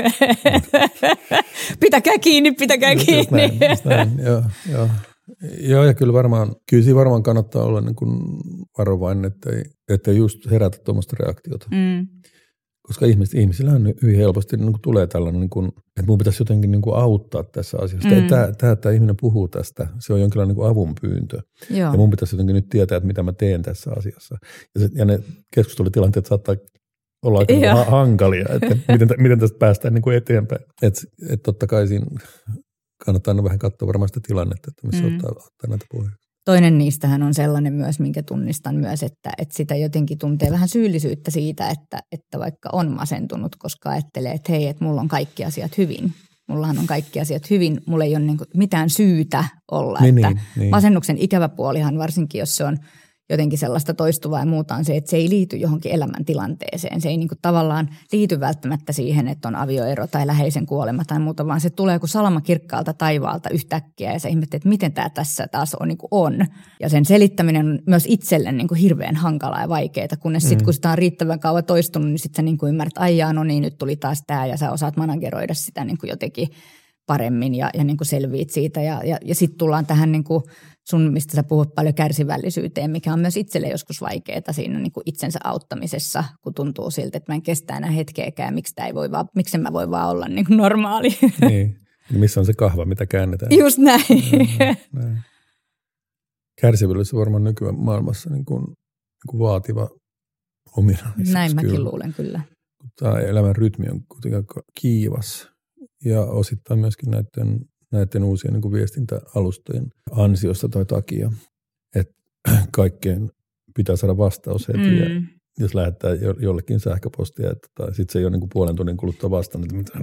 Pitäkää kiinni, pitäkää just kiinni. Just näin, just näin. Joo, joo. Joo, ja kyllä varmaan, kyllä siinä varmaan kannattaa olla niin kuin varovainen, että ei, että just herätä tuommoista reaktiota. Mm. Koska ihmis, ihmisillä on hyvin helposti niin kuin tulee tällainen, niin kuin, että mun pitäisi jotenkin niin kuin auttaa tässä asiassa. Mm. Tämä, tämä, tämä ihminen puhuu tästä, se on jonkinlainen niin kuin avunpyyntö. Joo. Ja mun pitäisi jotenkin nyt tietää, että mitä mä teen tässä asiassa. Ja, se, ja ne keskustelutilanteet saattaa olla aika niin hankalia, että miten, miten tästä päästään niin kuin eteenpäin. Että et totta kai siinä kannattaa aina vähän katsoa varmaan sitä tilannetta, että missä mm. ottaa, ottaa näitä puheita. Toinen niistähän on sellainen myös, minkä tunnistan myös, että, että sitä jotenkin tuntee vähän syyllisyyttä siitä, että, että vaikka on masentunut, koska ajattelee, että hei, että mulla on kaikki asiat hyvin. Mullahan on kaikki asiat hyvin, mulla ei ole niin kuin mitään syytä olla. Niin, että niin, niin. Masennuksen ikävä puolihan, varsinkin jos se on jotenkin sellaista toistuvaa ja muuta, on se, että se ei liity johonkin elämäntilanteeseen. Se ei niin kuin tavallaan liity välttämättä siihen, että on avioero tai läheisen kuolema tai muuta, vaan se tulee kuin salama kirkkaalta taivaalta yhtäkkiä ja sä ihmettelet, että miten tämä tässä taas on, niin kuin on. Ja sen selittäminen on myös itselle niin kuin hirveän hankalaa ja vaikeaa, kunnes mm. sitten kun sitä on riittävän kauan toistunut, niin sitten sä niin kuin ymmärrät, että aijaa, no niin, nyt tuli taas tämä ja sä osaat manageroida sitä niin kuin jotenkin paremmin ja, ja niin kuin selviit siitä. Ja, ja, ja sitten tullaan tähän niin kuin sun, mistä sä puhut paljon kärsivällisyyteen, mikä on myös itselle joskus vaikeaa siinä niin kuin itsensä auttamisessa, kun tuntuu siltä, että mä en kestä enää hetkeäkään, miksi ei voi vaan, miksi mä voi vaan olla niin kuin normaali. Niin, missä on se kahva, mitä käännetään. Just näin. näin, näin. Kärsivällisyys on varmaan nykyään maailmassa niin kuin, niin kuin vaativa ominaisuus. Näin mäkin kyllä. luulen kyllä. Tämä elämän rytmi on kuitenkin kiivas ja osittain myöskin näiden näiden uusien niin kuin viestintäalustojen ansiosta tai takia, että kaikkeen pitää saada vastaus heti. Mm. Ja jos lähettää jollekin sähköpostia, tai sitten se ei ole niin kuin puolen tunnin kuluttua vastaan. Että mitä,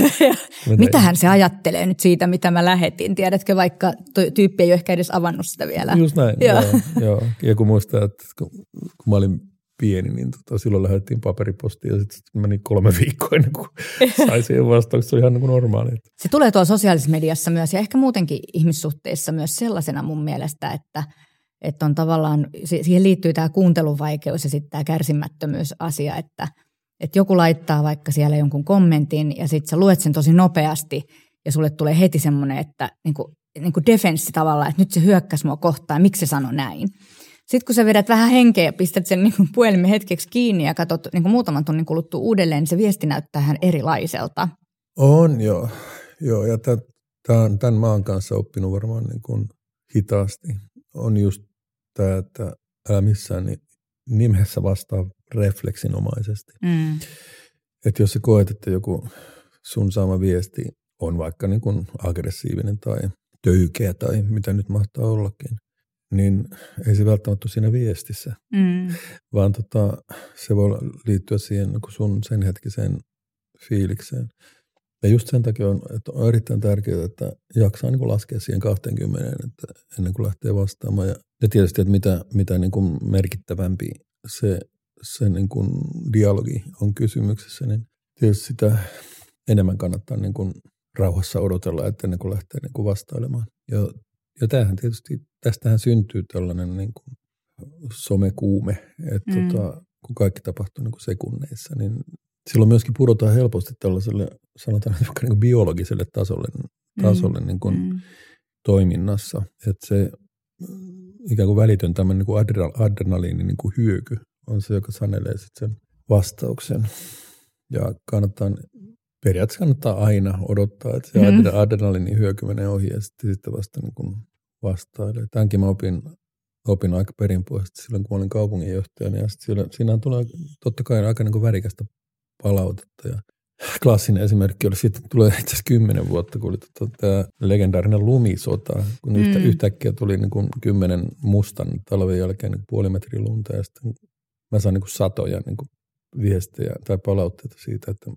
mitä Mitähän se ajattelee nyt siitä, mitä mä lähetin? Tiedätkö, vaikka tyyppi ei ole ehkä edes avannut sitä vielä. Just näin, joo. joo, joo. Ja kun muistaa, että kun, kun mä olin pieni, niin tota, silloin lähdettiin paperipostiin ja sitten meni kolme viikkoa ennen kuin sai siihen vastauksia. Se on ihan niin kuin normaali. Se tulee tuolla sosiaalisessa mediassa myös ja ehkä muutenkin ihmissuhteissa myös sellaisena mun mielestä, että, että on tavallaan, siihen liittyy tämä kuunteluvaikeus ja sitten tämä kärsimättömyysasia, että, että joku laittaa vaikka siellä jonkun kommentin ja sitten sä luet sen tosi nopeasti ja sulle tulee heti semmoinen, että niin kuin, niin kuin defenssi tavallaan, että nyt se hyökkäsi mua kohtaan, miksi se sanoi näin. Sitten kun sä vedät vähän henkeä ja pistät sen niin kuin puhelimen hetkeksi kiinni ja katsot niin kuin muutaman tunnin kuluttua uudelleen, niin se viesti näyttää ihan erilaiselta. On joo, joo ja tämän, tämän maan kanssa oppinut varmaan niin kuin hitaasti. On just tämä, että älä missään niin nimessä vastaa refleksinomaisesti. Mm. Että jos sä koet, että joku sun saama viesti on vaikka niin kuin aggressiivinen tai töykeä tai mitä nyt mahtaa ollakin, niin ei se välttämättä ole siinä viestissä, mm. vaan tota, se voi liittyä siihen niin kuin sun sen hetkiseen fiilikseen. Ja just sen takia on, että on erittäin tärkeää, että jaksaa niin kuin laskea siihen kaksikymmentä, että ennen kuin lähtee vastaamaan. Ja, ja tietysti, että mitä, mitä niin kuin merkittävämpi se, se niin kuin dialogi on kysymyksessä, niin tietysti sitä enemmän kannattaa niin kuin rauhassa odotella, että ennen kuin lähtee niin kuin vastailemaan. Ja, ja tämähän tietysti, tästähän syntyy tällainen niin kuin somekuume, että mm. tota, kun kaikki tapahtuu niin kuin sekunneissa, niin silloin myöskin pudotaan helposti tällaiselle, sanotaan niin kuin biologiselle tasolle, tasolle mm. niin kuin mm. toiminnassa. Että se ikään kuin välitön tämmöinen niin kuin adrenaliini niin kuin hyöky on se, joka sanelee sitten sen vastauksen. Ja kannattaa, periaatteessa kannattaa aina odottaa, että se mm. adrenaliinin hyöky menee ohi ja sitten, sitten vasta niin kuin vastailee. Tämänkin mä opin, opin aika perinpohjaisesti silloin, kun olin kaupunginjohtajana. Ja sitten siinä tulee totta kai aika niin kuin värikästä palautetta. Ja klassinen esimerkki oli, sitten tulee itse asiassa kymmenen vuotta, kun oli tämä legendaarinen lumisota, kun mm. yhtä, yhtäkkiä tuli niin kuin kymmenen mustan talven jälkeen niin puoli metriä lunta ja sitten mä sain niin kuin satoja niin kuin viestejä tai palautteita siitä, että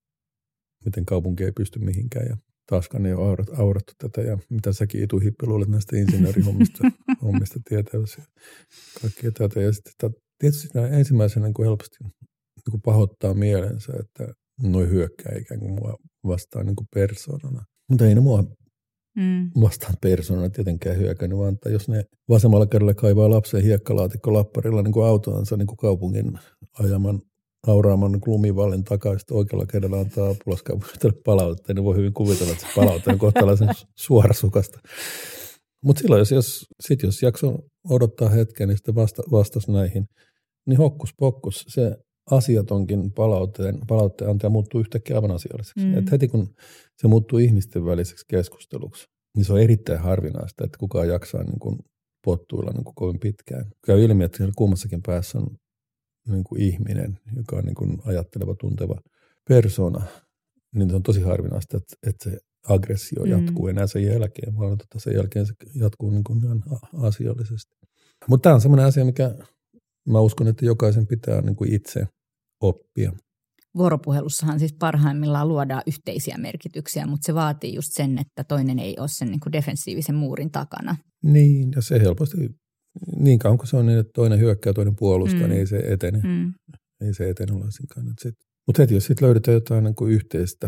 miten kaupunki ei pysty mihinkään ja taaskaan ei ole aurattu tätä ja mitä säkin Ituhippi luulet näistä insinöörihommista hommista tietäväsi ja kaikkea tätä. Ja sitten tietysti nämä ensimmäisenä niin kuin helposti niin kuin pahoittaa mielensä, että noi hyökkää ikään kuin mua vastaan niin kuin persoonana. Mutta ei ne mua mm. vastaan persoonana tietenkään hyökännyt, vaan että jos ne vasemmalla kädellä kaivaa lapsen hiekkalaatikko lapparilla niin kuin autoansa niin kuin kaupungin ajaman auraaman niin lumivallin takaa, sitten oikealla kädellä antaa apulaskaupungille palautteen, niin voi hyvin kuvitella, että se palautteen kohtalaisen suorasukasta. Mutta silloin, jos, jos, sit jos jakso odottaa hetken, niin sitten vasta, vastasi näihin, niin hokkus pokkus, se asiatonkin palautteen, palautteen antaja muuttuu yhtäkkiä aivan asialliseksi. Mm. Et heti kun se muuttuu ihmisten väliseksi keskusteluksi, niin se on erittäin harvinaista, että kukaan jaksaa niin kuin pottuilla niin kuin kovin pitkään. Käy ilmi, että siellä kummassakin päässä on niin kuin ihminen, joka on niin kuin ajatteleva, tunteva persona, niin se on tosi harvinaista, että, että se aggressio jatkuu mm. enää sen jälkeen, vaan tota sen jälkeen se jatkuu niin kuin ihan asiallisesti. Mutta tämä on semmoinen asia, mikä mä uskon, että jokaisen pitää niin kuin itse oppia. Vuoropuhelussahan siis parhaimmillaan luodaan yhteisiä merkityksiä, mutta se vaatii just sen, että toinen ei ole sen niin kuin defensiivisen muurin takana. Niin, ja se helposti, niin kauan kuin se on niin, että toinen hyökkää, toinen puolustaa, mm. niin ei se etene. Mm. Ei se etene laisinkaan. Mutta heti jos sitten löydetään jotain niin kuin yhteistä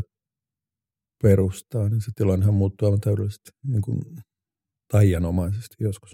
perustaa, niin se tilannehan muuttuu aivan täydellisesti niin kuin taianomaisesti joskus.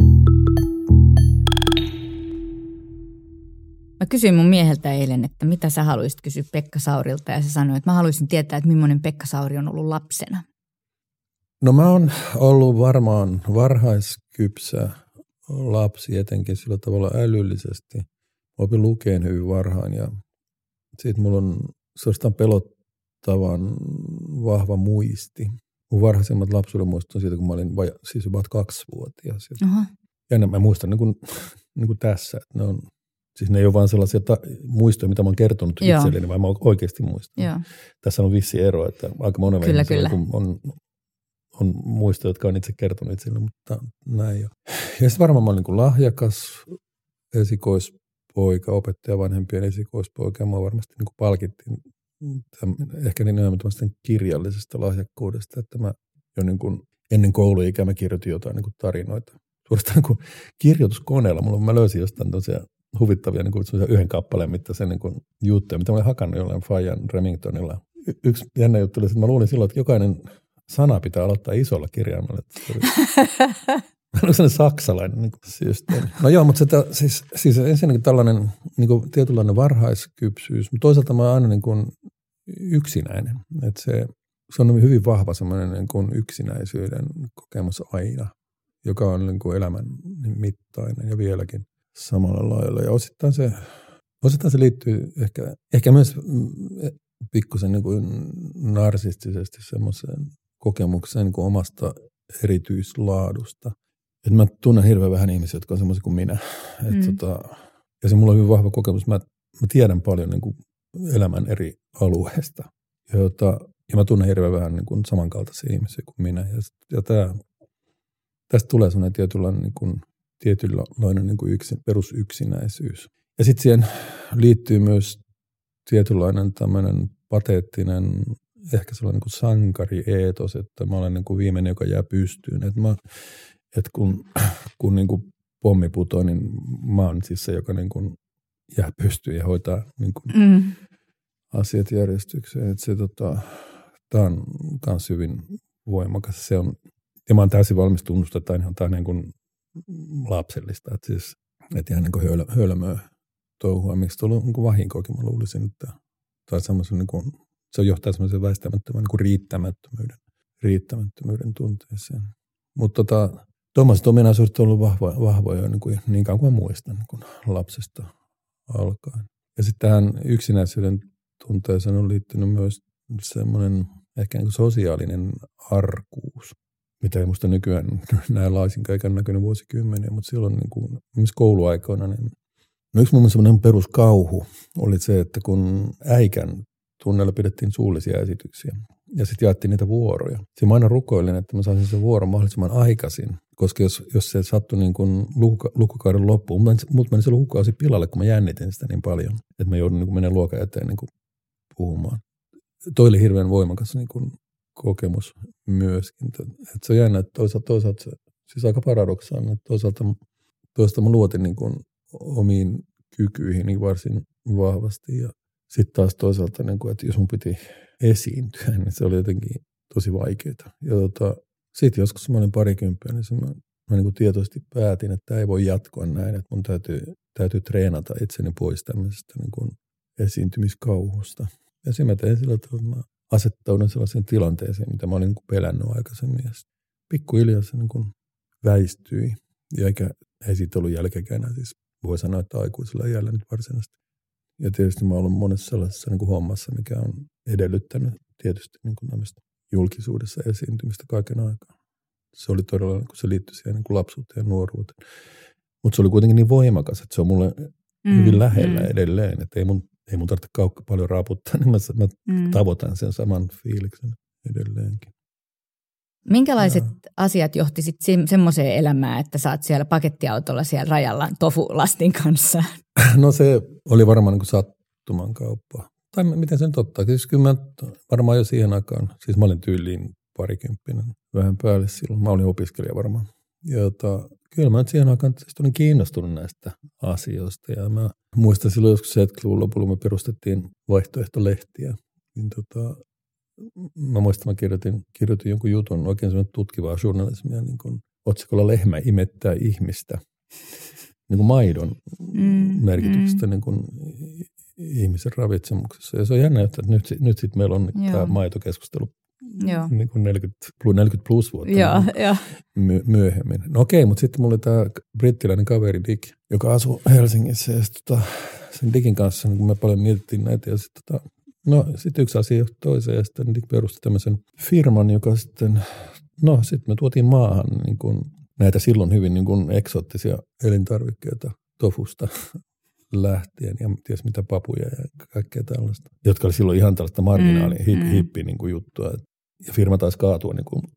Mä kysyin mun mieheltä eilen, että mitä sä haluaisit kysyä Pekka Saurilta, ja se sanoi, että mä haluaisin tietää, että millainen Pekka Sauri on ollut lapsena. No mä oon ollut varmaan varhaiskypsä lapsi, etenkin sillä tavalla älyllisesti. Mä opin lukeen hyvin varhain, ja siitä mulla on suorastaan pelottavan vahva muisti. Mun varhaisemmat lapsuuden muistot on siitä, kun mä olin vaja, siis about kaksivuotias. Uh-huh. Ja mä muistan niin kuin, niin kuin tässä, että ne on... Siis ne ei ole vaan sellaisia ta- muistoja, mitä mä oon kertonut Joo. itselleni, vaan mä oikeasti muistan. Joo. Tässä on vissi ero, että aika monella kyllä, kyllä. On, on muistoja, jotka on itse kertonut itselleni, mutta näin jo. Ja sitten varmaan mä olin niin lahjakas esikoispoika, opettaja vanhempien esikoispoika, ja mua varmasti niin palkittiin tämän, ehkä niin nimenomaan kirjallisesta lahjakkuudesta, että mä jo niin kuin ennen kouluikää mä kirjoitin jotain niin kuin tarinoita. Suorastaan niin kuin kirjoituskoneella, mulla, mä löysin jostain tosiaan huvittavia niin kuin yhden kappaleen mittaisen niin kuin juttuja, mitä mä olin hakannut jollain Fajan Remingtonilla. Y- yksi jännä juttu oli, että mä luulin silloin, että jokainen sana pitää aloittaa isolla kirjaimella. Mä olin sellainen saksalainen niin systeemi. No joo, mutta se, siis, siis ensinnäkin tällainen niin kuin tietynlainen varhaiskypsyys, mutta toisaalta mä oon aina niin kuin yksinäinen. Että se, se on hyvin vahva semmoinen niin kuin yksinäisyyden kokemus aina, joka on niin kuin elämän mittainen ja vieläkin samalla lailla. Ja osittain se, osittain se liittyy ehkä, ehkä myös pikkusen niin kuin narsistisesti semmoiseen kokemukseen niin kuin omasta erityislaadusta. Et mä tunnen hirveän vähän ihmisiä, jotka on semmoisia kuin minä. Et mm. tota, ja se mulla on hyvin vahva kokemus. Mä, mä tiedän paljon niin kuin elämän eri alueista. Jota, ja mä tunnen hirveän vähän niin kuin samankaltaisia ihmisiä kuin minä. Ja, ja tää, tästä tulee semmoinen tietynlainen, niin kuin, tietynlainen niin kuin yksin, perusyksinäisyys. Ja sitten siihen liittyy myös tietynlainen tämmöinen pateettinen, ehkä sellainen niin kuin sankari-eetos, että mä olen niin kuin viimeinen, joka jää pystyyn. Että mä, et kun kun niin kuin pommi putoo, niin mä oon siis se, joka niin kuin jää pystyyn ja hoitaa niin kuin mm. asiat järjestykseen. Että se tota, tää on kans hyvin voimakas. Se on, ja mä oon täysin valmis tunnustamaan, että tämä on niin kuin lapsellista. Että siis, et ihan niin kuin höl, hölmöä touhua. Miksi tuolla on niin kuin vahinkoakin, mä luulisin, että tai semmoisen niin kuin, se johtaa semmoisen väistämättömän niin kuin riittämättömyyden, riittämättömyyden tunteeseen. Mutta tota, tuommoiset ominaisuudet on ollut vahvo, vahvoja niin, kuin, niin kauan kuin mä muistan niin kuin lapsesta alkaen. Ja sitten tähän yksinäisyyden tunteeseen on liittynyt myös semmoinen ehkä niin kuin sosiaalinen arkuus, mitä ei musta nykyään näe laisinkaan, eikä näkynyt vuosikymmeniä, mutta silloin niin kuin, myös kouluaikoina, niin no yksi mun mielestä semmoinen peruskauhu oli se, että kun äikän tunnella pidettiin suullisia esityksiä ja sitten jaettiin niitä vuoroja. Siinä mä aina rukoilin, että mä saisin sen vuoron mahdollisimman aikaisin, koska jos, jos se sattui niin kuin luku, lukukauden loppuun, mut meni se lukukausi pilalle, kun mä jännitin sitä niin paljon, että mä joudun niin kuin menemään luokan eteen niin kuin puhumaan. Toi oli hirveän voimakas niin kuin kokemus myöskin. Että se on jännä, että toisaalta, toisaalta se, siis aika paradoksaalinen, että toisaalta, toisaalta mä luotin niin kuin omiin kykyihin varsin vahvasti ja sitten taas toisaalta, niin kuin, että jos mun piti esiintyä, niin se oli jotenkin tosi vaikeaa. Ja tota, sitten joskus mä olin parikymppinen, niin se mä, mä niin kuin tietoisesti päätin, että tämä ei voi jatkoa näin, että mun täytyy, täytyy treenata itseni pois tämmöisestä niin kuin esiintymiskauhusta. Ja se mä tein sillä tavalla, että mä asettaudun sellaiseen tilanteeseen, mitä mä olin niin kuin pelännyt aikaisemmin. Ja pikkuhiljaa se niin kuin väistyi, ja eikä ei siitä ollut jälkeenkään. Siis voi sanoa, että aikuisella iällä nyt varsinaisesti. Ja tietysti mä oon ollut monessa sellaisessa niin kuin hommassa, mikä on edellyttänyt tietysti niin kuin julkisuudessa esiintymistä kaiken aikaa. Se oli todella, kun se liittyi siihen niin kuin lapsuuteen ja nuoruuteen. Mutta se oli kuitenkin niin voimakas, että se on mulle mm, hyvin lähellä mm. edelleen. Että ei mun, ei mun tarvitse kaukka paljon raaputtaa, niin mä, mä mm. tavoitan sen saman fiiliksen edelleenkin. Minkälaiset ja. asiat johti sitten semmoiseen elämään, että sä oot siellä pakettiautolla siellä rajalla tofulastin kanssa? No se oli varmaan niin kuin sattuman kauppa. Tai miten se nyt ottaa? Siis kyllä mä varmaan jo siihen aikaan, siis mä olin tyyliin parikymppinen vähän päälle silloin. Mä olin opiskelija varmaan. Ja jota, kyllä mä nyt siihen aikaan siis olin kiinnostunut näistä asioista. Ja mä muistan silloin joskus seitsemänkymmentäluvun lopulla me perustettiin vaihtoehtolehtiä. Niin tota, mä muistan, mä kirjoitin, kirjoitin jonkun jutun, oikein semmoinen tutkivaa journalismia, niin kuin otsikolla Lehmä imettää ihmistä. Niin kuin maidon mm, merkityksestä mm. niin kuin ihmisen ravitsemuksessa. Ja se on jännä, että nyt, nyt sitten meillä on Joo. tämä maitokeskustelu niin kuin neljäkymmentä plus vuotta Joo, niin jo. myöhemmin. No okei, mutta sitten mulla oli tämä brittiläinen kaveri Dick, joka asuu Helsingissä. Ja sit, tota, sen Dickin kanssa niin kun me paljon mietittiin näitä. Ja sitten tota, no, sit yksi asia johti toiseen. Ja sitten Dick perusti tämmöisen firman, joka sitten, no sitten me tuotiin maahan niin kuin näitä silloin hyvin niin kuin eksoottisia elintarvikkeita tofusta lähtien ja ties mitä papuja ja kaikkea tällaista, jotka oli silloin ihan tällaista marginaalia, mm, hip, hippi niin kuin juttua. Ja firma taisi kaatua niin kuin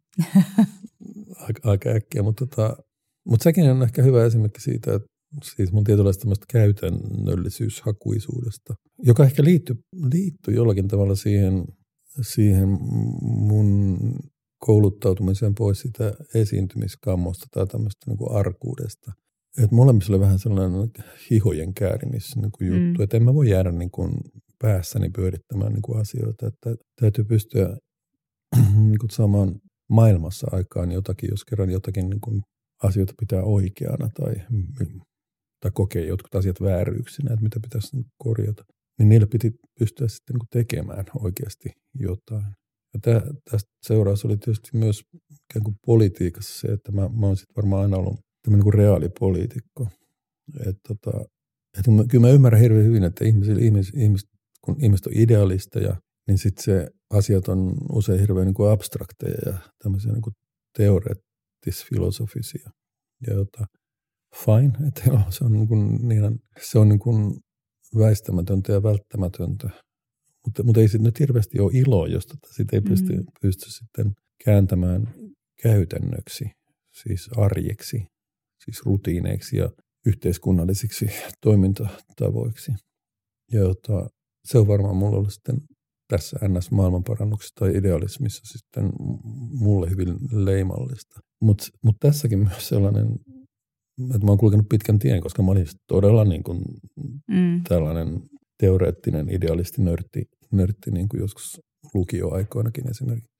aika, aika äkkiä, mutta, tota, mutta sekin on ehkä hyvä esimerkki siitä, että siis mun tietynlaista tämmöistä käytännöllisyyshakuisuudesta, joka ehkä liittyy, liittyy jollakin tavalla siihen, siihen mun kouluttautumiseen pois sitä esiintymiskammosta tai tämmöistä niin kuin arkuudesta. Että molemmissa oli vähän sellainen hihojen käärimis niin kuin juttu, mm. että en mä voi jäädä niin kuin päässäni pyörittämään niin kuin asioita, että täytyy pystyä niin kuin saamaan maailmassa aikaan jotakin, jos kerran jotakin niin kuin asioita pitää oikeana tai, tai kokee jotkut asiat vääryyksinä, että mitä pitäisi niin korjata. Niin niillä piti pystyä sitten niin kuin tekemään oikeasti jotain. Ja tästä seuraus oli tietysti myös ikään kuin politiikassa se, että mä, mä oon sitten varmaan aina ollut tämmöinen kuin reaalipoliitikko. Että tota, et kyllä mä ymmärrän hirveän hyvin, että ihmisillä, ihmis, ihmis, kun ihmiset on idealisteja, niin sitten se asiat on usein hirveän niin kuin abstrakteja ja tämmöisiä niin kuin teoreettis-filosofisia. Ja jota, fine, että joo, se on, niin kuin, niin, se on niin kuin väistämätöntä ja välttämätöntä. Mutta, mutta ei sitten nyt hirveästi ole iloa, jos tota, sitä ei pysty, mm. pysty sitten kääntämään käytännöksi, siis arjeksi, siis rutiineiksi ja yhteiskunnallisiksi toimintatavoiksi. Ja jota, se on varmaan mulla ollut sitten tässä N S-maailmanparannuksessa tai idealismissa sitten mulle hyvin leimallista. Mutta mut tässäkin myös sellainen, että mä oon kulkenut pitkän tien, koska mä olin todella niin kuin mm. tällainen teoreettinen idealisti, nörtti, nörtti niin kuin joskus lukioaikoinakin esimerkiksi.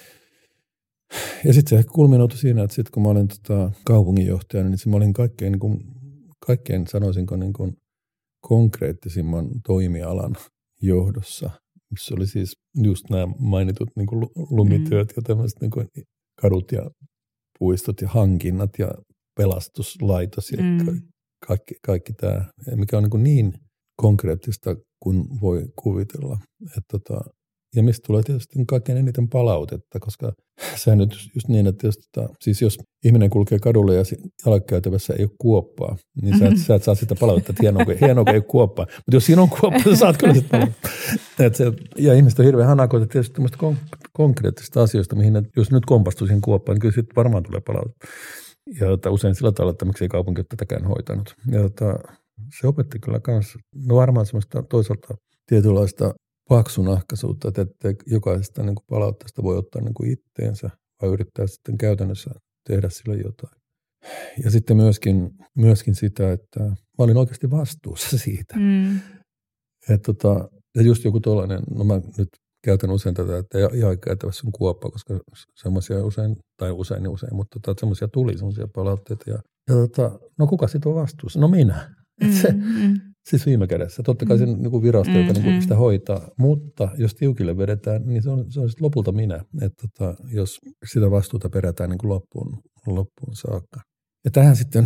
Ja sitten se kulminoutui siinä, että sitten kun mä olin tota kaupunginjohtajana, niin mä olin kaikkein, niin kuin, kaikkein sanoisinko niin kuin konkreettisimman toimialan johdossa, missä oli siis just nämä mainitut niin kuin lumityöt ja tämmöiset niin kuin kadut ja puistot ja hankinnat ja pelastuslaitos ja mm. kaikki, kaikki tämä, mikä on niin, kuin niin konkreettista kuin voi kuvitella. Et tota, ja mistä tulee tietysti kaikkein eniten palautetta, koska se on nyt just niin, että jos, tota, siis jos ihminen kulkee kadulla ja jalkakäytävässä ei ole kuoppaa, niin mm-hmm. sä, et, sä et saa sitä palautetta, että hienoa, hienoa ei ole kuoppaa. Mutta jos siinä on kuoppa, sä saat kyllä sitä palautetta. Ja ihmiset on hirveän hanakoita tietysti tämmöistä kon- konkreettisista asioista, mihin ne, jos nyt kompastuu siihen kuoppaan, niin kyllä sitten varmaan tulee palautetta. Ja jota, usein sillä tavalla, että miksi ei kaupunki ole tätäkään hoitanut. Ja jota, se opetti kyllä kanssa, no varmaan semmoista toisaalta tietynlaista paksunahkaisuutta, että, että jokaisesta niin kuin palautteesta voi ottaa niin kuin itteensä vai yrittää sitten käytännössä tehdä sille jotain. Ja sitten myöskin, myöskin sitä, että mä olin oikeasti vastuussa siitä. Mm. Että tota, ja just joku tollainen, no mä nyt käytän usein tätä, että jaekäytävässä on kuoppa, koska semmoisia usein, tai usein niin usein, mutta tota, semmoisia tuli semmoisia palautteita. Ja, ja tota, no kuka siitä on vastuussa? No minä. Mm, se, mm. Siis viime kädessä. Totta kai se on niin virasto, mm, joka niin kuin sitä hoitaa, mutta jos tiukille vedetään, niin se on, se on sitten lopulta minä, että tota, jos sitä vastuuta perätään niin kuin loppuun, loppuun saakka. Ja tähän sitten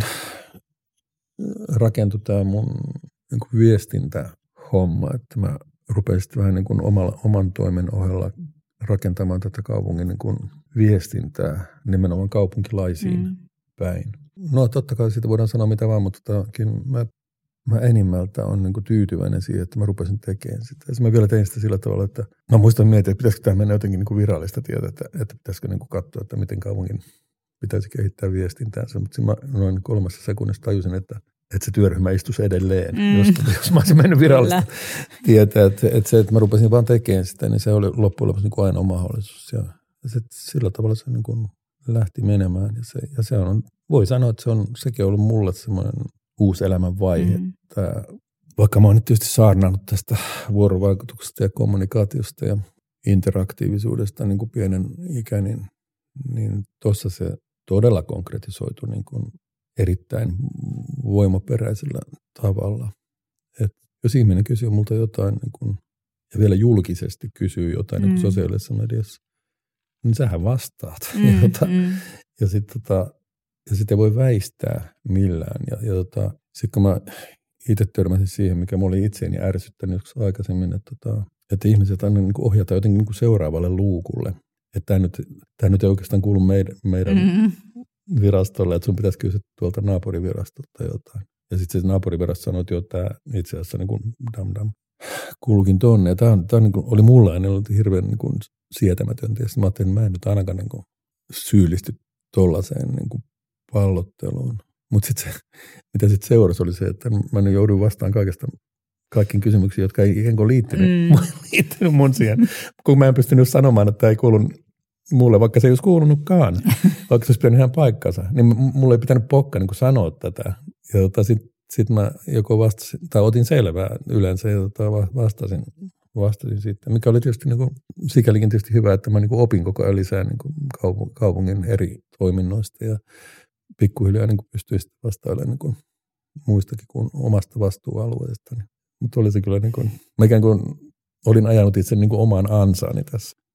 rakentui tämä mun niin kuin viestintähomma, että mä rupesin vähän niin kuin omalla, oman toimen ohella rakentamaan tätä kaupungin niin kuin viestintää nimenomaan kaupunkilaisiin mm. päin. No totta kai siitä voidaan sanoa mitä vaan, mutta totakin mä, mä enimmältä on niin kuin tyytyväinen siihen, että mä rupesin tekemään sitä. Ja mä vielä tein sitä sillä tavalla, että mä muistan miettiä, että pitäisikö tämä mennä jotenkin niin kuin virallista tietä, että, että pitäisikö niin kuin katsoa, että miten kaupungin pitäisi kehittää viestintäänsä. Mutta mä noin kolmessa sekunnissa tajusin, että, että se työryhmä istuisi edelleen, mm. jos, jos mä olisin mennyt virallista tietää. Että, että se, että mä rupesin vaan tekemään sitä, niin se oli loppujen lopuksi niin kuin ainoa mahdollisuus. Ja, ja se, sillä tavalla se niin kuin lähti menemään. Ja se, ja se on, voi sanoa, että se on sekin ollut mulle semmoinen uusi elämän vaihe. Mm. Tää, vaikka mä oon nyt tietysti saarnannut tästä vuorovaikutuksesta ja kommunikaatiosta ja interaktiivisuudesta niin kuin pienen ikäinen, niin tuossa se todella konkretisoitu niin kuin erittäin voimaperäisellä tavalla. Et jos ihminen kysyy multa jotain niin kuin, ja vielä julkisesti kysyy jotain mm. niin kuin sosiaalisessa mediassa, niin sähän vastaat. Mm, ja tota, mm. ja sitten tota, ja sit ei voi väistää millään. Ja, ja tota, sitten kun mä itse törmäsin siihen, mikä mä olin itseäni ärsyttänyt joskus aikaisemmin, että, tota, että ihmiset aina niin kuin ohjataan jotenkin niin kuin seuraavalle luukulle. Että tämä nyt, tämä nyt ei oikeastaan kuulu meidän, meidän mm. virastolle, että sun pitäisi kysyä tuolta naapurivirastolta jotain. Ja sitten se naapurivirasto sanoi, että joo, tämä itse asiassa niin kuin dam dam kulkin tonne. Ja tämä, on, tämä on, niin kuin, oli mulle aina ollut hirveän niin kuin sietämätöntä. Ja sitten mä ajattelin, että mä en nyt ainakaan niin kuin syyllisty tollaiseen niin kuin pallotteluun. Mutta sitten se, mitä sitten seurasi oli se, että mä nyt jouduin vastaan kaikesta, kaikkiin kysymyksiin, jotka ei ikään kuin liittynyt, mm. liittynyt mun siihen. Kun mä en pystynyt sanomaan, että tämä ei kuulu mulle, vaikka se ei olisi kuulunutkaan, vaikka se olisi pitänyt ihan paikkansa, niin mulle ei pitänyt pokka niin kuin sanoa tätä. Ja tota, sitten sit mä joko vastasin, tai otin selvää yleensä ja tota, vastasin, vastasin sitten, mikä oli tietysti niin kuin, sikälikin tietysti hyvä, että mä niin kuin opin koko ajan lisää niin kuin kaupungin eri toiminnoista ja pikkuhiljaa niin kuin pystyin vastailemaan niin kuin muistakin kuin omasta vastuualueestani. Mutta oli se kyllä niin kuin, mä ikään kuin olin ajanut itse niin kuin omaan ansaani tässä.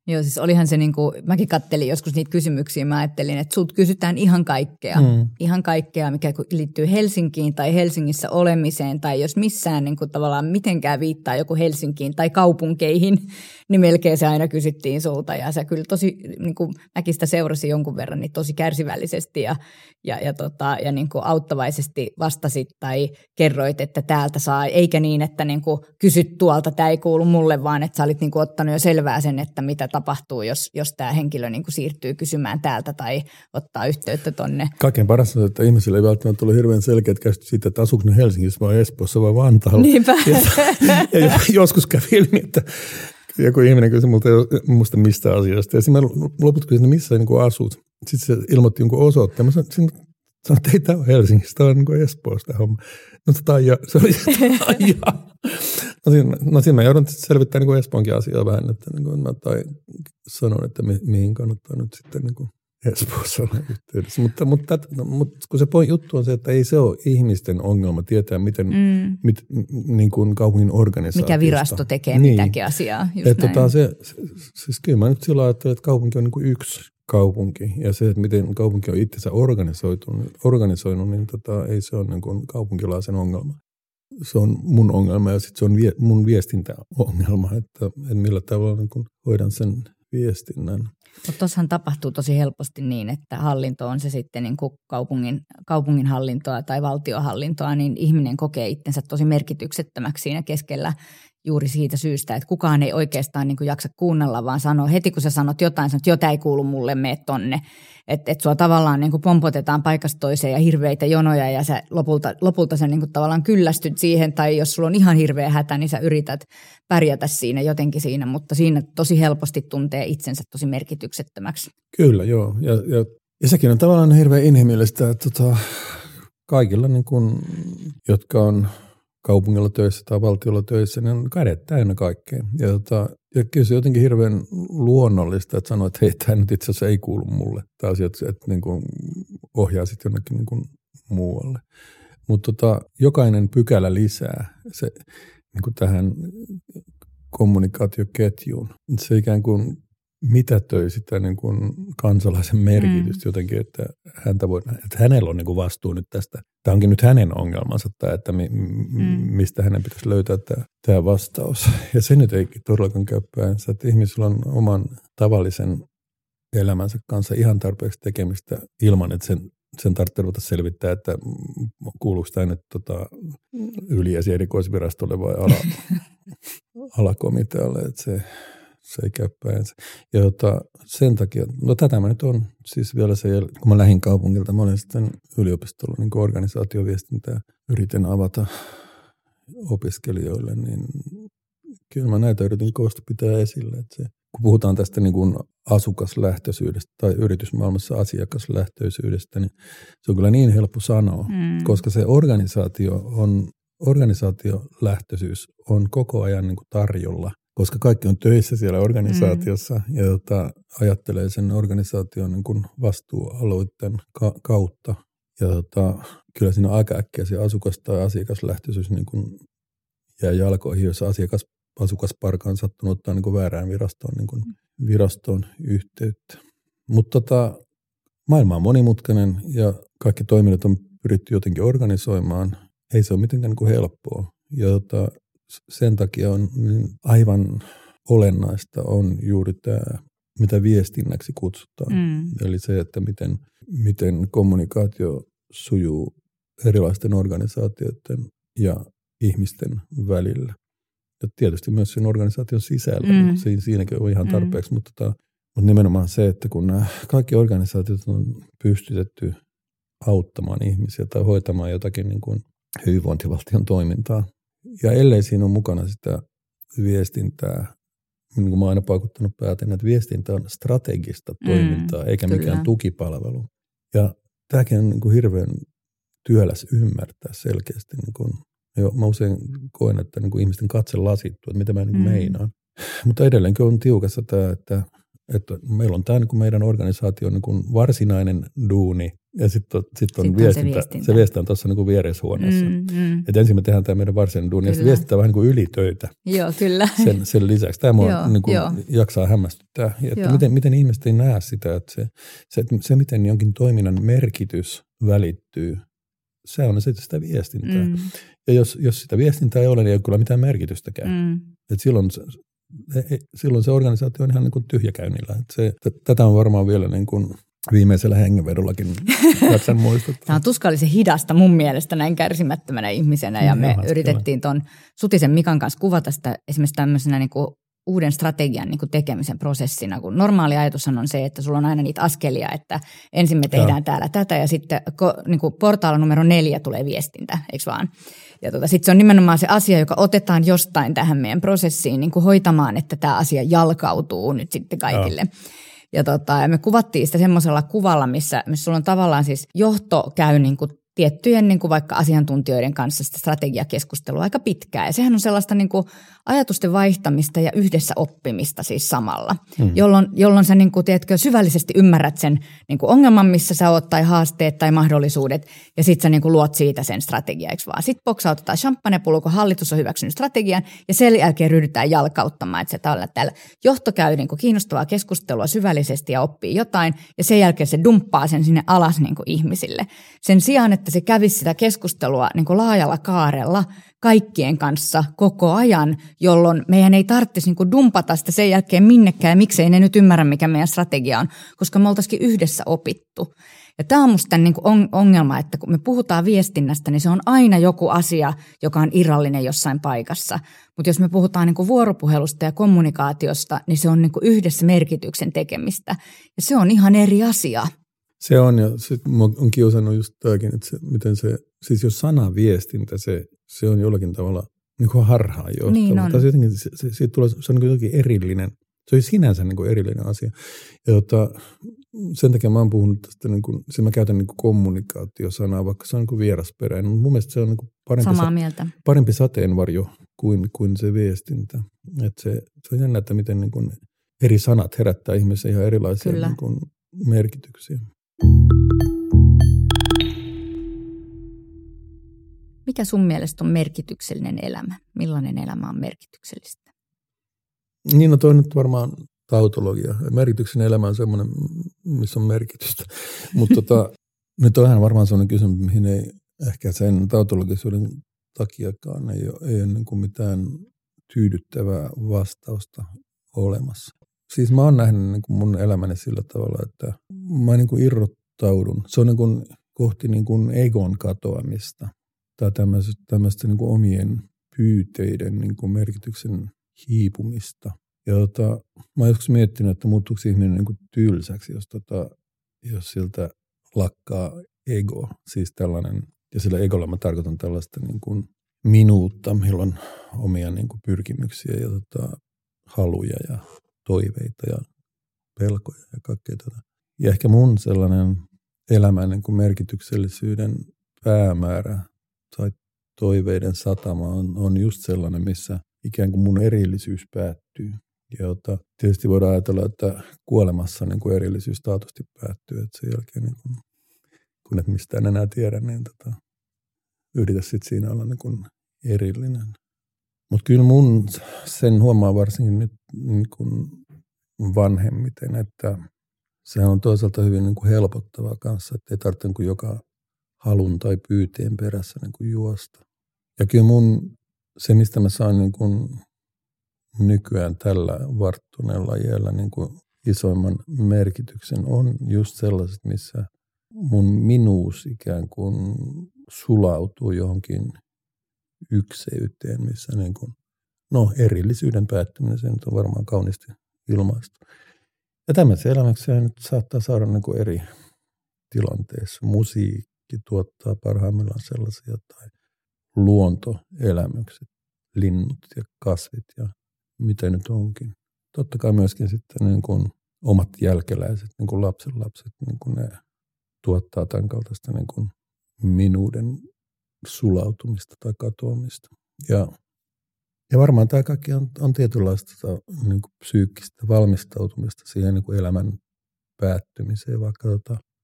Joo, siis olihan se niin kuin, mäkin kattelin joskus niitä kysymyksiä, mä ajattelin, että sulta kysytään ihan kaikkea. Mm. Ihan kaikkea, mikä liittyy Helsinkiin tai Helsingissä olemiseen tai jos missään niin kuin tavallaan mitenkään viittaa joku Helsinkiin tai kaupunkeihin, niin melkein se aina kysyttiin sulta. Ja sä kyllä tosi, niin kuin mäkin sitä seurasin jonkun verran, niin tosi kärsivällisesti ja, ja, ja, tota, ja niin kuin auttavaisesti vastasit tai kerroit, että täältä saa, eikä niin, että niin kuin kysyt tuolta, tämä ei kuulu mulle, vaan että sä olit niin kuin ottanut jo selvää sen, että mitä tapahtuu, jos, jos tämä henkilö niin kuin siirtyy kysymään täältä tai ottaa yhteyttä tonne. Kaikkein paras on, että ihmisille ei välttämättä tule hirveän selkeät käsitys siitä, että asuuko ne Helsingissä vai Espoossa vai Vantaalla. Niinpä. Ja, ja joskus kävi ilmi, että joku ihminen kysyi multa, en muista mistä asiasta. Ja sitten mä loput kysyin, että missä niin asut. Sitten se ilmoitti jonkun osoitteen. Mä sanoin, että ei tämä ole Helsingissä, tämä on niin Espoosta homma. No se taija, se oli se taija. No siinä, no siinä mä joudun selvittämään niin Espoonkin asiaa vähän, että niin kuin mä tai sanon, että mi, mihin kannattaa nyt sitten niin kuin Espoossa olla yhteydessä. Mutta, mutta, no, mutta kun se juttu on se, että ei se ole ihmisten ongelma tietää, miten mm. mit, niin kuin kaupungin organisaatiosta. Mikä virasto tekee niin. Mitäkin asiaa. Että tota, se, siis kyllä mä nyt sillä ajattelen, että kaupunki on niin kuin yksi kaupunki. Ja se, että miten kaupunki on itsensä organisoitunut, organisoinut, niin tota, ei se ole niin kuin kaupunkilaisen ongelma. Se on mun ongelma ja sitten se on vie, mun viestintäongelma, että, että millä tavalla niin kun hoidan sen viestinnän. Mutta tuossahan tapahtuu tosi helposti niin, että hallinto on se sitten niin kuin kaupungin, kaupungin hallintoa tai valtiohallintoa, niin ihminen kokee itsensä tosi merkityksettömäksi siinä keskellä juuri siitä syystä, että kukaan ei oikeastaan niin kuin jaksa kuunnella, vaan sanoo heti kun sä sanot jotain, sanot, että jotain ei kuulu mulle, mene tonne. Että et sua tavallaan niin kuin pompotetaan paikasta toiseen ja hirveitä jonoja ja sä lopulta, lopulta sä niin kuin tavallaan kyllästyt siihen tai jos sulla on ihan hirveä hätä, niin sä yrität pärjätä siinä jotenkin siinä, mutta siinä tosi helposti tuntee itsensä tosi merkityksettömäksi. Kyllä, joo. Ja, ja, ja sekin on tavallaan hirveän inhimillistä, että tota, kaikilla, niin kuin, jotka on kaupungilla töissä tai valtiolla töissä, niin on kädet täynnä kaikkea. Ja, tota, ja kyllä se jotenkin hirveän luonnollista, että sanoo, että hei, tämä nyt itse asiassa ei kuulu mulle. Tai asiat, että, että niin kuin ohjaa sitten jonnekin niin kuin muualle. Mutta tota, jokainen pykälä lisää se niin kuin tähän kommunikaatioketjuun. Se ikään kuin mitätöi sitä niin kuin kansalaisen merkitystä mm. jotenkin, että, häntä voi, että hänellä on niin kuin vastuu nyt tästä. Tämä onkin nyt hänen ongelmansa, tämä, että mi, mm. mistä hänen pitäisi löytää tämä, tämä vastaus. Ja se nyt ei todellakaan käy päänsä, että ihmisillä on oman tavallisen elämänsä kanssa ihan tarpeeksi tekemistä ilman, että sen, sen tarvitsee ruveta selvittää, että kuuluuko tämä nyt tota, yli- ja erikoisvirastolle vai ala, alakomitealle, että se... Se ei käy päänsä. Ja jota, sen takia, no tätä mä nyt on siis vielä se, kun mä lähdin kaupungilta, mä olin sitten yliopistolla niin kuin organisaatioviestintää, yritin avata opiskelijoille, niin kyllä mä näitä yritin kovasti pitää esille. Että se, kun puhutaan tästä niin kuin asukaslähtöisyydestä tai yritysmaailmassa asiakaslähtöisyydestä, niin se on kyllä niin helppo sanoa, mm. koska se organisaatio on, organisaatiolähtöisyys on koko ajan niin kuin tarjolla. Koska kaikki on töissä siellä organisaatiossa mm. ja tota, ajattelee sen organisaation niin kuin vastuualueiden ka- kautta. Ja tota, kyllä siinä aika äkkiä se asukas- tai asiakaslähtöisyys niin kuin jää jalkoihin, jos asiakas, asukasparka on sattunut ottaa niin kuin väärään virastoon, niin kuin virastoon yhteyttä. Mutta tota, maailma on monimutkainen ja kaikki toiminnot on pyritty jotenkin organisoimaan. Ei se ole mitenkään niin kuin helppoa. Ja tota, sen takia on niin aivan olennaista on juuri tämä, mitä viestinnäksi kutsutaan. Mm. Eli se, että miten, miten kommunikaatio sujuu erilaisten organisaatioiden ja ihmisten välillä. Ja tietysti myös sen organisaation sisällä. Mm. Siin, siinäkin on ihan tarpeeksi, mm. mutta, tota, mutta nimenomaan se, että kun nämä kaikki organisaatiot on pystytetty auttamaan ihmisiä tai hoitamaan jotakin niin kuin hyvinvointivaltion toimintaa, ja ellei siinä ole mukana sitä viestintää, niin kuin mä oon aina paikuttanut päätän, että viestintä on strategista toimintaa, mm, eikä kyllä. mikään tukipalvelu. Ja tämäkin on niin kuin hirveän työläs ymmärtää selkeästi. Niin kuin, jo, mä usein koen, että niin kuin ihmisten katse lasittuu, että mitä mä niin kuin mm. meinaan. Mutta edelleenkin on tiukassa tämä, että, että meillä on tämä niin kuin meidän organisaation niin kuin varsinainen duuni, ja sitten sit on, sit viestintä, on se viestintä. Se viestintä on tuossa niin vieressä-huoneessa. Mm, mm. Että ensin me tehdään tämä meidän varsinainen duuni, ja sitten viestitään vähän niin kuin ylitöitä. Joo, kyllä. Sen, sen lisäksi. Tämä mua niin kuin jaksaa hämmästyttää. Että miten, miten ihmiset ei näe sitä, että se, se, se, miten jonkin toiminnan merkitys välittyy, se on sitten sitä viestintää. Mm. Ja jos, jos sitä viestintää ei ole, niin ei ole kyllä mitään merkitystäkään. Mm. Että silloin, se, silloin se organisaatio on ihan niin kuin tyhjäkäynnillä. Että se, t- tätä on varmaan vielä niin kuin viimeisellä hengenvedollakin jaksan muistuttaa. Tämä on tuskallisen hidasta mun mielestä näin kärsimättömänä ihmisenä. Ja me Jahas, yritettiin tuon Sutisen Mikan kanssa kuvata sitä esimerkiksi tämmöisenä niin kuin uuden strategian niin kuin tekemisen prosessina, kun normaali ajatushan on se, että sulla on aina niitä askelia, että ensin me tehdään ja. täällä tätä ja sitten niin kuin portaalla numero neljä tulee viestintä, eikö vaan? Ja tota, sitten se on nimenomaan se asia, joka otetaan jostain tähän meidän prosessiin niin kuin hoitamaan, että tämä asia jalkautuu nyt sitten kaikille. Ja. Ja, tota, ja me kuvattiin sitä semmoisella kuvalla, missä, missä sulla on tavallaan siis johto käy niin kuin tiettyjen niin kuin vaikka asiantuntijoiden kanssa sitä strategiakeskustelua aika pitkään. Ja sehän on sellaista niin kuin ajatusten vaihtamista ja yhdessä oppimista siis samalla, mm. jolloin, jolloin sä niin kuin, tiedätkö, syvällisesti ymmärrät sen niin kuin ongelman, missä sä oot, tai haasteet tai mahdollisuudet, ja sit sä niin kuin luot siitä sen strategiaa, eikö vaan? Sitten boksautetaan champagnepullo, kun hallitus on hyväksynyt strategian, ja sen jälkeen ryhdytään jalkauttamaan, että se täällä, täällä johto käy niin kuin kiinnostavaa keskustelua syvällisesti ja oppii jotain, ja sen jälkeen se dumppaa sen sinne alas niin kuin ihmisille. Sen sijaan, että se kävisi sitä keskustelua niin kuin laajalla kaarella kaikkien kanssa koko ajan, jolloin meidän ei tarvitsisi niin kuin dumpata sitä sen jälkeen minnekään, ja miksei ne nyt ymmärrä, mikä meidän strategia on, koska me oltaisikin yhdessä opittu. Ja tämä on musta niin kuin ongelma, että kun me puhutaan viestinnästä, niin se on aina joku asia, joka on irrallinen jossain paikassa. Mutta jos me puhutaan niin kuin vuoropuhelusta ja kommunikaatiosta, niin se on niin kuin yhdessä merkityksen tekemistä. Ja se on ihan eri asia. Se on, ja sitten on kiusannut just tämäkin, että se, miten se, siis jos sanaviestintä, se, se on jollakin tavalla niin kuin harhaan johtava. Niin on. Tai se, jotenkin, se, se, siitä tulee, se on niin jotenkin erillinen, se on sinänsä niin kuin erillinen asia. Ja tota, sen takia mä oon puhunut tästä, niin kuin, se mä käytän niin kuin kommunikaatiosanaa, vaikka se on niin kuin vierasperäinen. Mun mielestä se on niin kuin parempi, Samaa mieltä. parempi sateenvarjo kuin, kuin se viestintä. Että se, se on jännä, että miten niin kuin eri sanat herättää ihmisiä ihan erilaisia niin kuin merkityksiä. Mikä sun mielestä on merkityksellinen elämä? Millainen elämä on merkityksellistä? Niin, no toi nyt varmaan tautologia. Merkityksellinen elämä on semmoinen, missä on merkitystä. Mutta tota, nyt on ihan varmaan semmoinen kysymys, mihin ei ehkä sen tautologisuuden takiakaan ei ole, ei ole niin kuin mitään tyydyttävää vastausta olemassa. Siis mä oon nähnyt niin kuin mun elämäni sillä tavalla, että mä niin kuin irrottaudun. Se on niin kuin kohti niin kuin egon katoamista tai tämmöistä, tämmöistä niin kuin omien pyyteiden niin kuin merkityksen hiipumista. Ja tota, mä oon joskus miettinyt, että muuttuuko ihminen niin kuin tylsäksi, jos, tota, jos siltä lakkaa ego. Siis tällainen, ja sillä egolla mä tarkoitan tällaista niin kuin minuutta, milloin on omia niin kuin pyrkimyksiä ja tota, haluja ja toiveita ja pelkoja ja kaikkea tätä. Ja ehkä mun sellainen elämän niin kuin merkityksellisyyden päämäärä tai toiveiden satama on, on just sellainen, missä ikään kuin mun erillisyys päättyy. Ja jota, tietysti voidaan ajatella, että kuolemassa niin kuin erillisyys taatusti päättyy, että sen jälkeen niin kuin, kun et mistään enää tiedä, niin tota, yritä sitten siinä olla niin kuin erillinen. Mutta kyllä mun sen huomaa varsinkin nyt niin kuin vanhemmiten, että sehän on toisaalta hyvin niin kuin helpottavaa kanssa, että ei tarvitse niin kuin joka halun tai pyyteen perässä niin kuin juosta. Ja kyllä mun, se mistä mä saan niin kuin nykyään tällä varttuneella iällä niin kuin isoimman merkityksen on just sellaiset, missä mun minuus ikään kuin sulautuu johonkin ykseyteen, missä niin kuin, no erillisyyden päättyminen, se nyt on varmaan kauniisti ilmaistu. Ja tämmöisen elämäksi nyt saattaa saada niin kuin eri tilanteissa. Musiikki tuottaa parhaimmillaan sellaisia tai luontoelämykset, linnut ja kasvit ja mitä nyt onkin. Totta kai myöskin sitten niin kuin omat jälkeläiset, niin kuin lapsenlapset, niin kuin ne tuottaa tämän kaltaista niin kuin minuuden sulautumista tai katoamista. Ja, ja varmaan tämä kaikki on, on tietynlaista niin kuin psyykkistä valmistautumista siihen niin kuin elämän päättymiseen. Vaikka tota,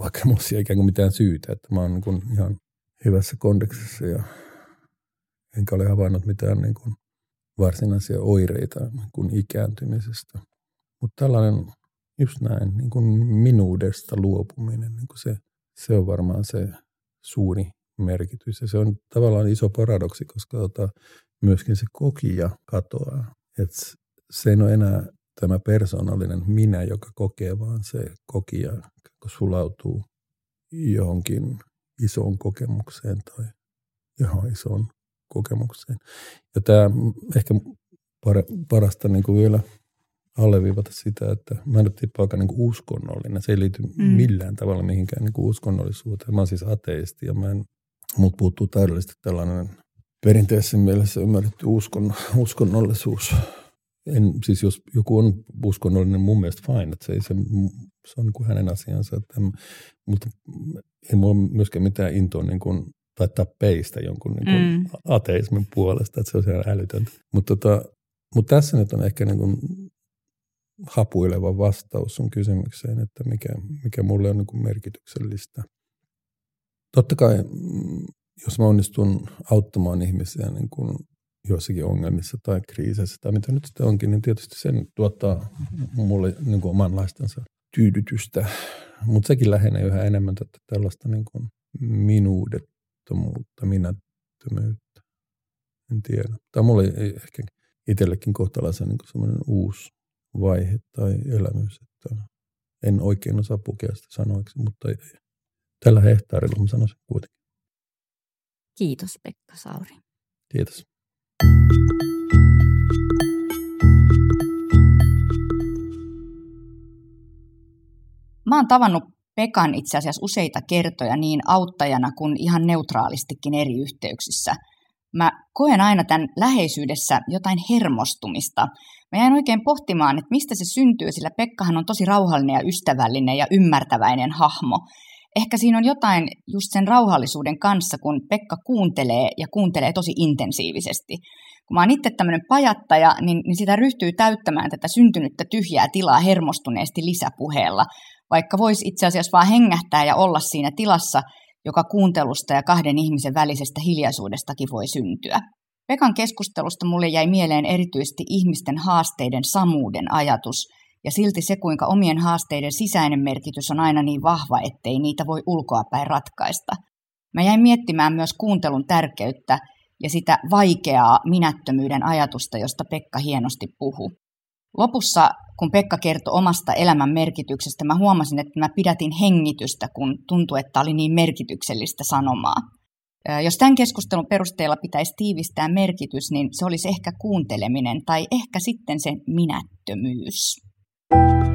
vaikka mulla ei ikään kuin mitään syytä, että mä oon niin kuin ihan hyvässä kondeksissa ja enkä ole havainnut mitään niin kuin varsinaisia oireita niin kuin ikääntymisestä. Mutta tällainen just näin niin kuin minuudesta luopuminen, niin kuin se, se on varmaan se suuri merkitys. Ja se on tavallaan iso paradoksi, koska tota, myöskin se kokija katoaa. Et se ei ole enää tämä persoonallinen minä, joka kokee, vaan se kokija sulautuu johonkin isoon kokemukseen tai johon isoon kokemukseen. Ja tämä ehkä parasta niin kuin vielä alleviivata sitä, että mä en ole tippa aika niin kuin uskonnollinen. Se ei liity mm. millään tavalla mihinkään niin kuin uskonnollisuuteen. Mä oon siis ateisti ja mä en, mut puuttuu täydellisesti tällainen perinteisessä mielessä ymmärretty uskon, uskonnollisuus. En, siis jos joku on uskonnollinen, mun mielestä fine, että se, ei se, se on niin kuin hänen asiansa. Että en, mutta ei mulla ole myöskään mitään intoa niin kuin laittaa peistä jonkun niin kuin mm. ateismin puolesta, että se on ihan älytöntä. Mutta tota, mut tässä nyt on ehkä niin kuin hapuileva vastaus sun kysymykseen, että mikä, mikä mulle on niin kuin merkityksellistä. Totta kai, jos mä onnistun auttamaan ihmisiä niin kuin joissakin ongelmissa tai kriiseissä tai mitä nyt sitten onkin, niin tietysti sen tuottaa mulle niin kuin omanlaistansa tyydytystä. Mutta sekin lähenee yhä enemmän tätä tällaista niin kuin minuudettomuutta, minättömyyttä. En tiedä. Tämä mulle ehkä itsellekin kohtalaisen niin kuin semmoinen uusi vaihe tai elämys, että en oikein osaa pukea sitä sanoiksi, mutta tällä hehtaarilla mä sanoisin kuitenkin. Kiitos Pekka Sauri. Kiitos. Mä oon tavannut Pekan itse asiassa useita kertoja niin auttajana kuin ihan neutraalistikin eri yhteyksissä. Mä koen aina tämän läheisyydessä jotain hermostumista. Mä jäin oikein pohtimaan, että mistä se syntyy, sillä Pekkahan on tosi rauhallinen ja ystävällinen ja ymmärtäväinen hahmo. Ehkä siinä on jotain just sen rauhallisuuden kanssa, kun Pekka kuuntelee ja kuuntelee tosi intensiivisesti. Kun mä oon itse tämmöinen pajattaja, niin, niin sitä ryhtyy täyttämään tätä syntynyttä tyhjää tilaa hermostuneesti lisäpuheella, vaikka voisi itse asiassa vaan hengähtää ja olla siinä tilassa, joka kuuntelusta ja kahden ihmisen välisestä hiljaisuudestakin voi syntyä. Pekan keskustelusta mulle jäi mieleen erityisesti ihmisten haasteiden samuuden ajatus, ja silti se, kuinka omien haasteiden sisäinen merkitys on aina niin vahva, ettei niitä voi ulkoapäin ratkaista. Mä jäin miettimään myös kuuntelun tärkeyttä ja sitä vaikeaa minättömyyden ajatusta, josta Pekka hienosti puhui. Lopussa, kun Pekka kertoi omasta elämän merkityksestä, mä huomasin, että mä pidätin hengitystä, kun tuntui, että oli niin merkityksellistä sanomaa. Jos tämän keskustelun perusteella pitäisi tiivistää merkitys, niin se olisi ehkä kuunteleminen tai ehkä sitten se minättömyys.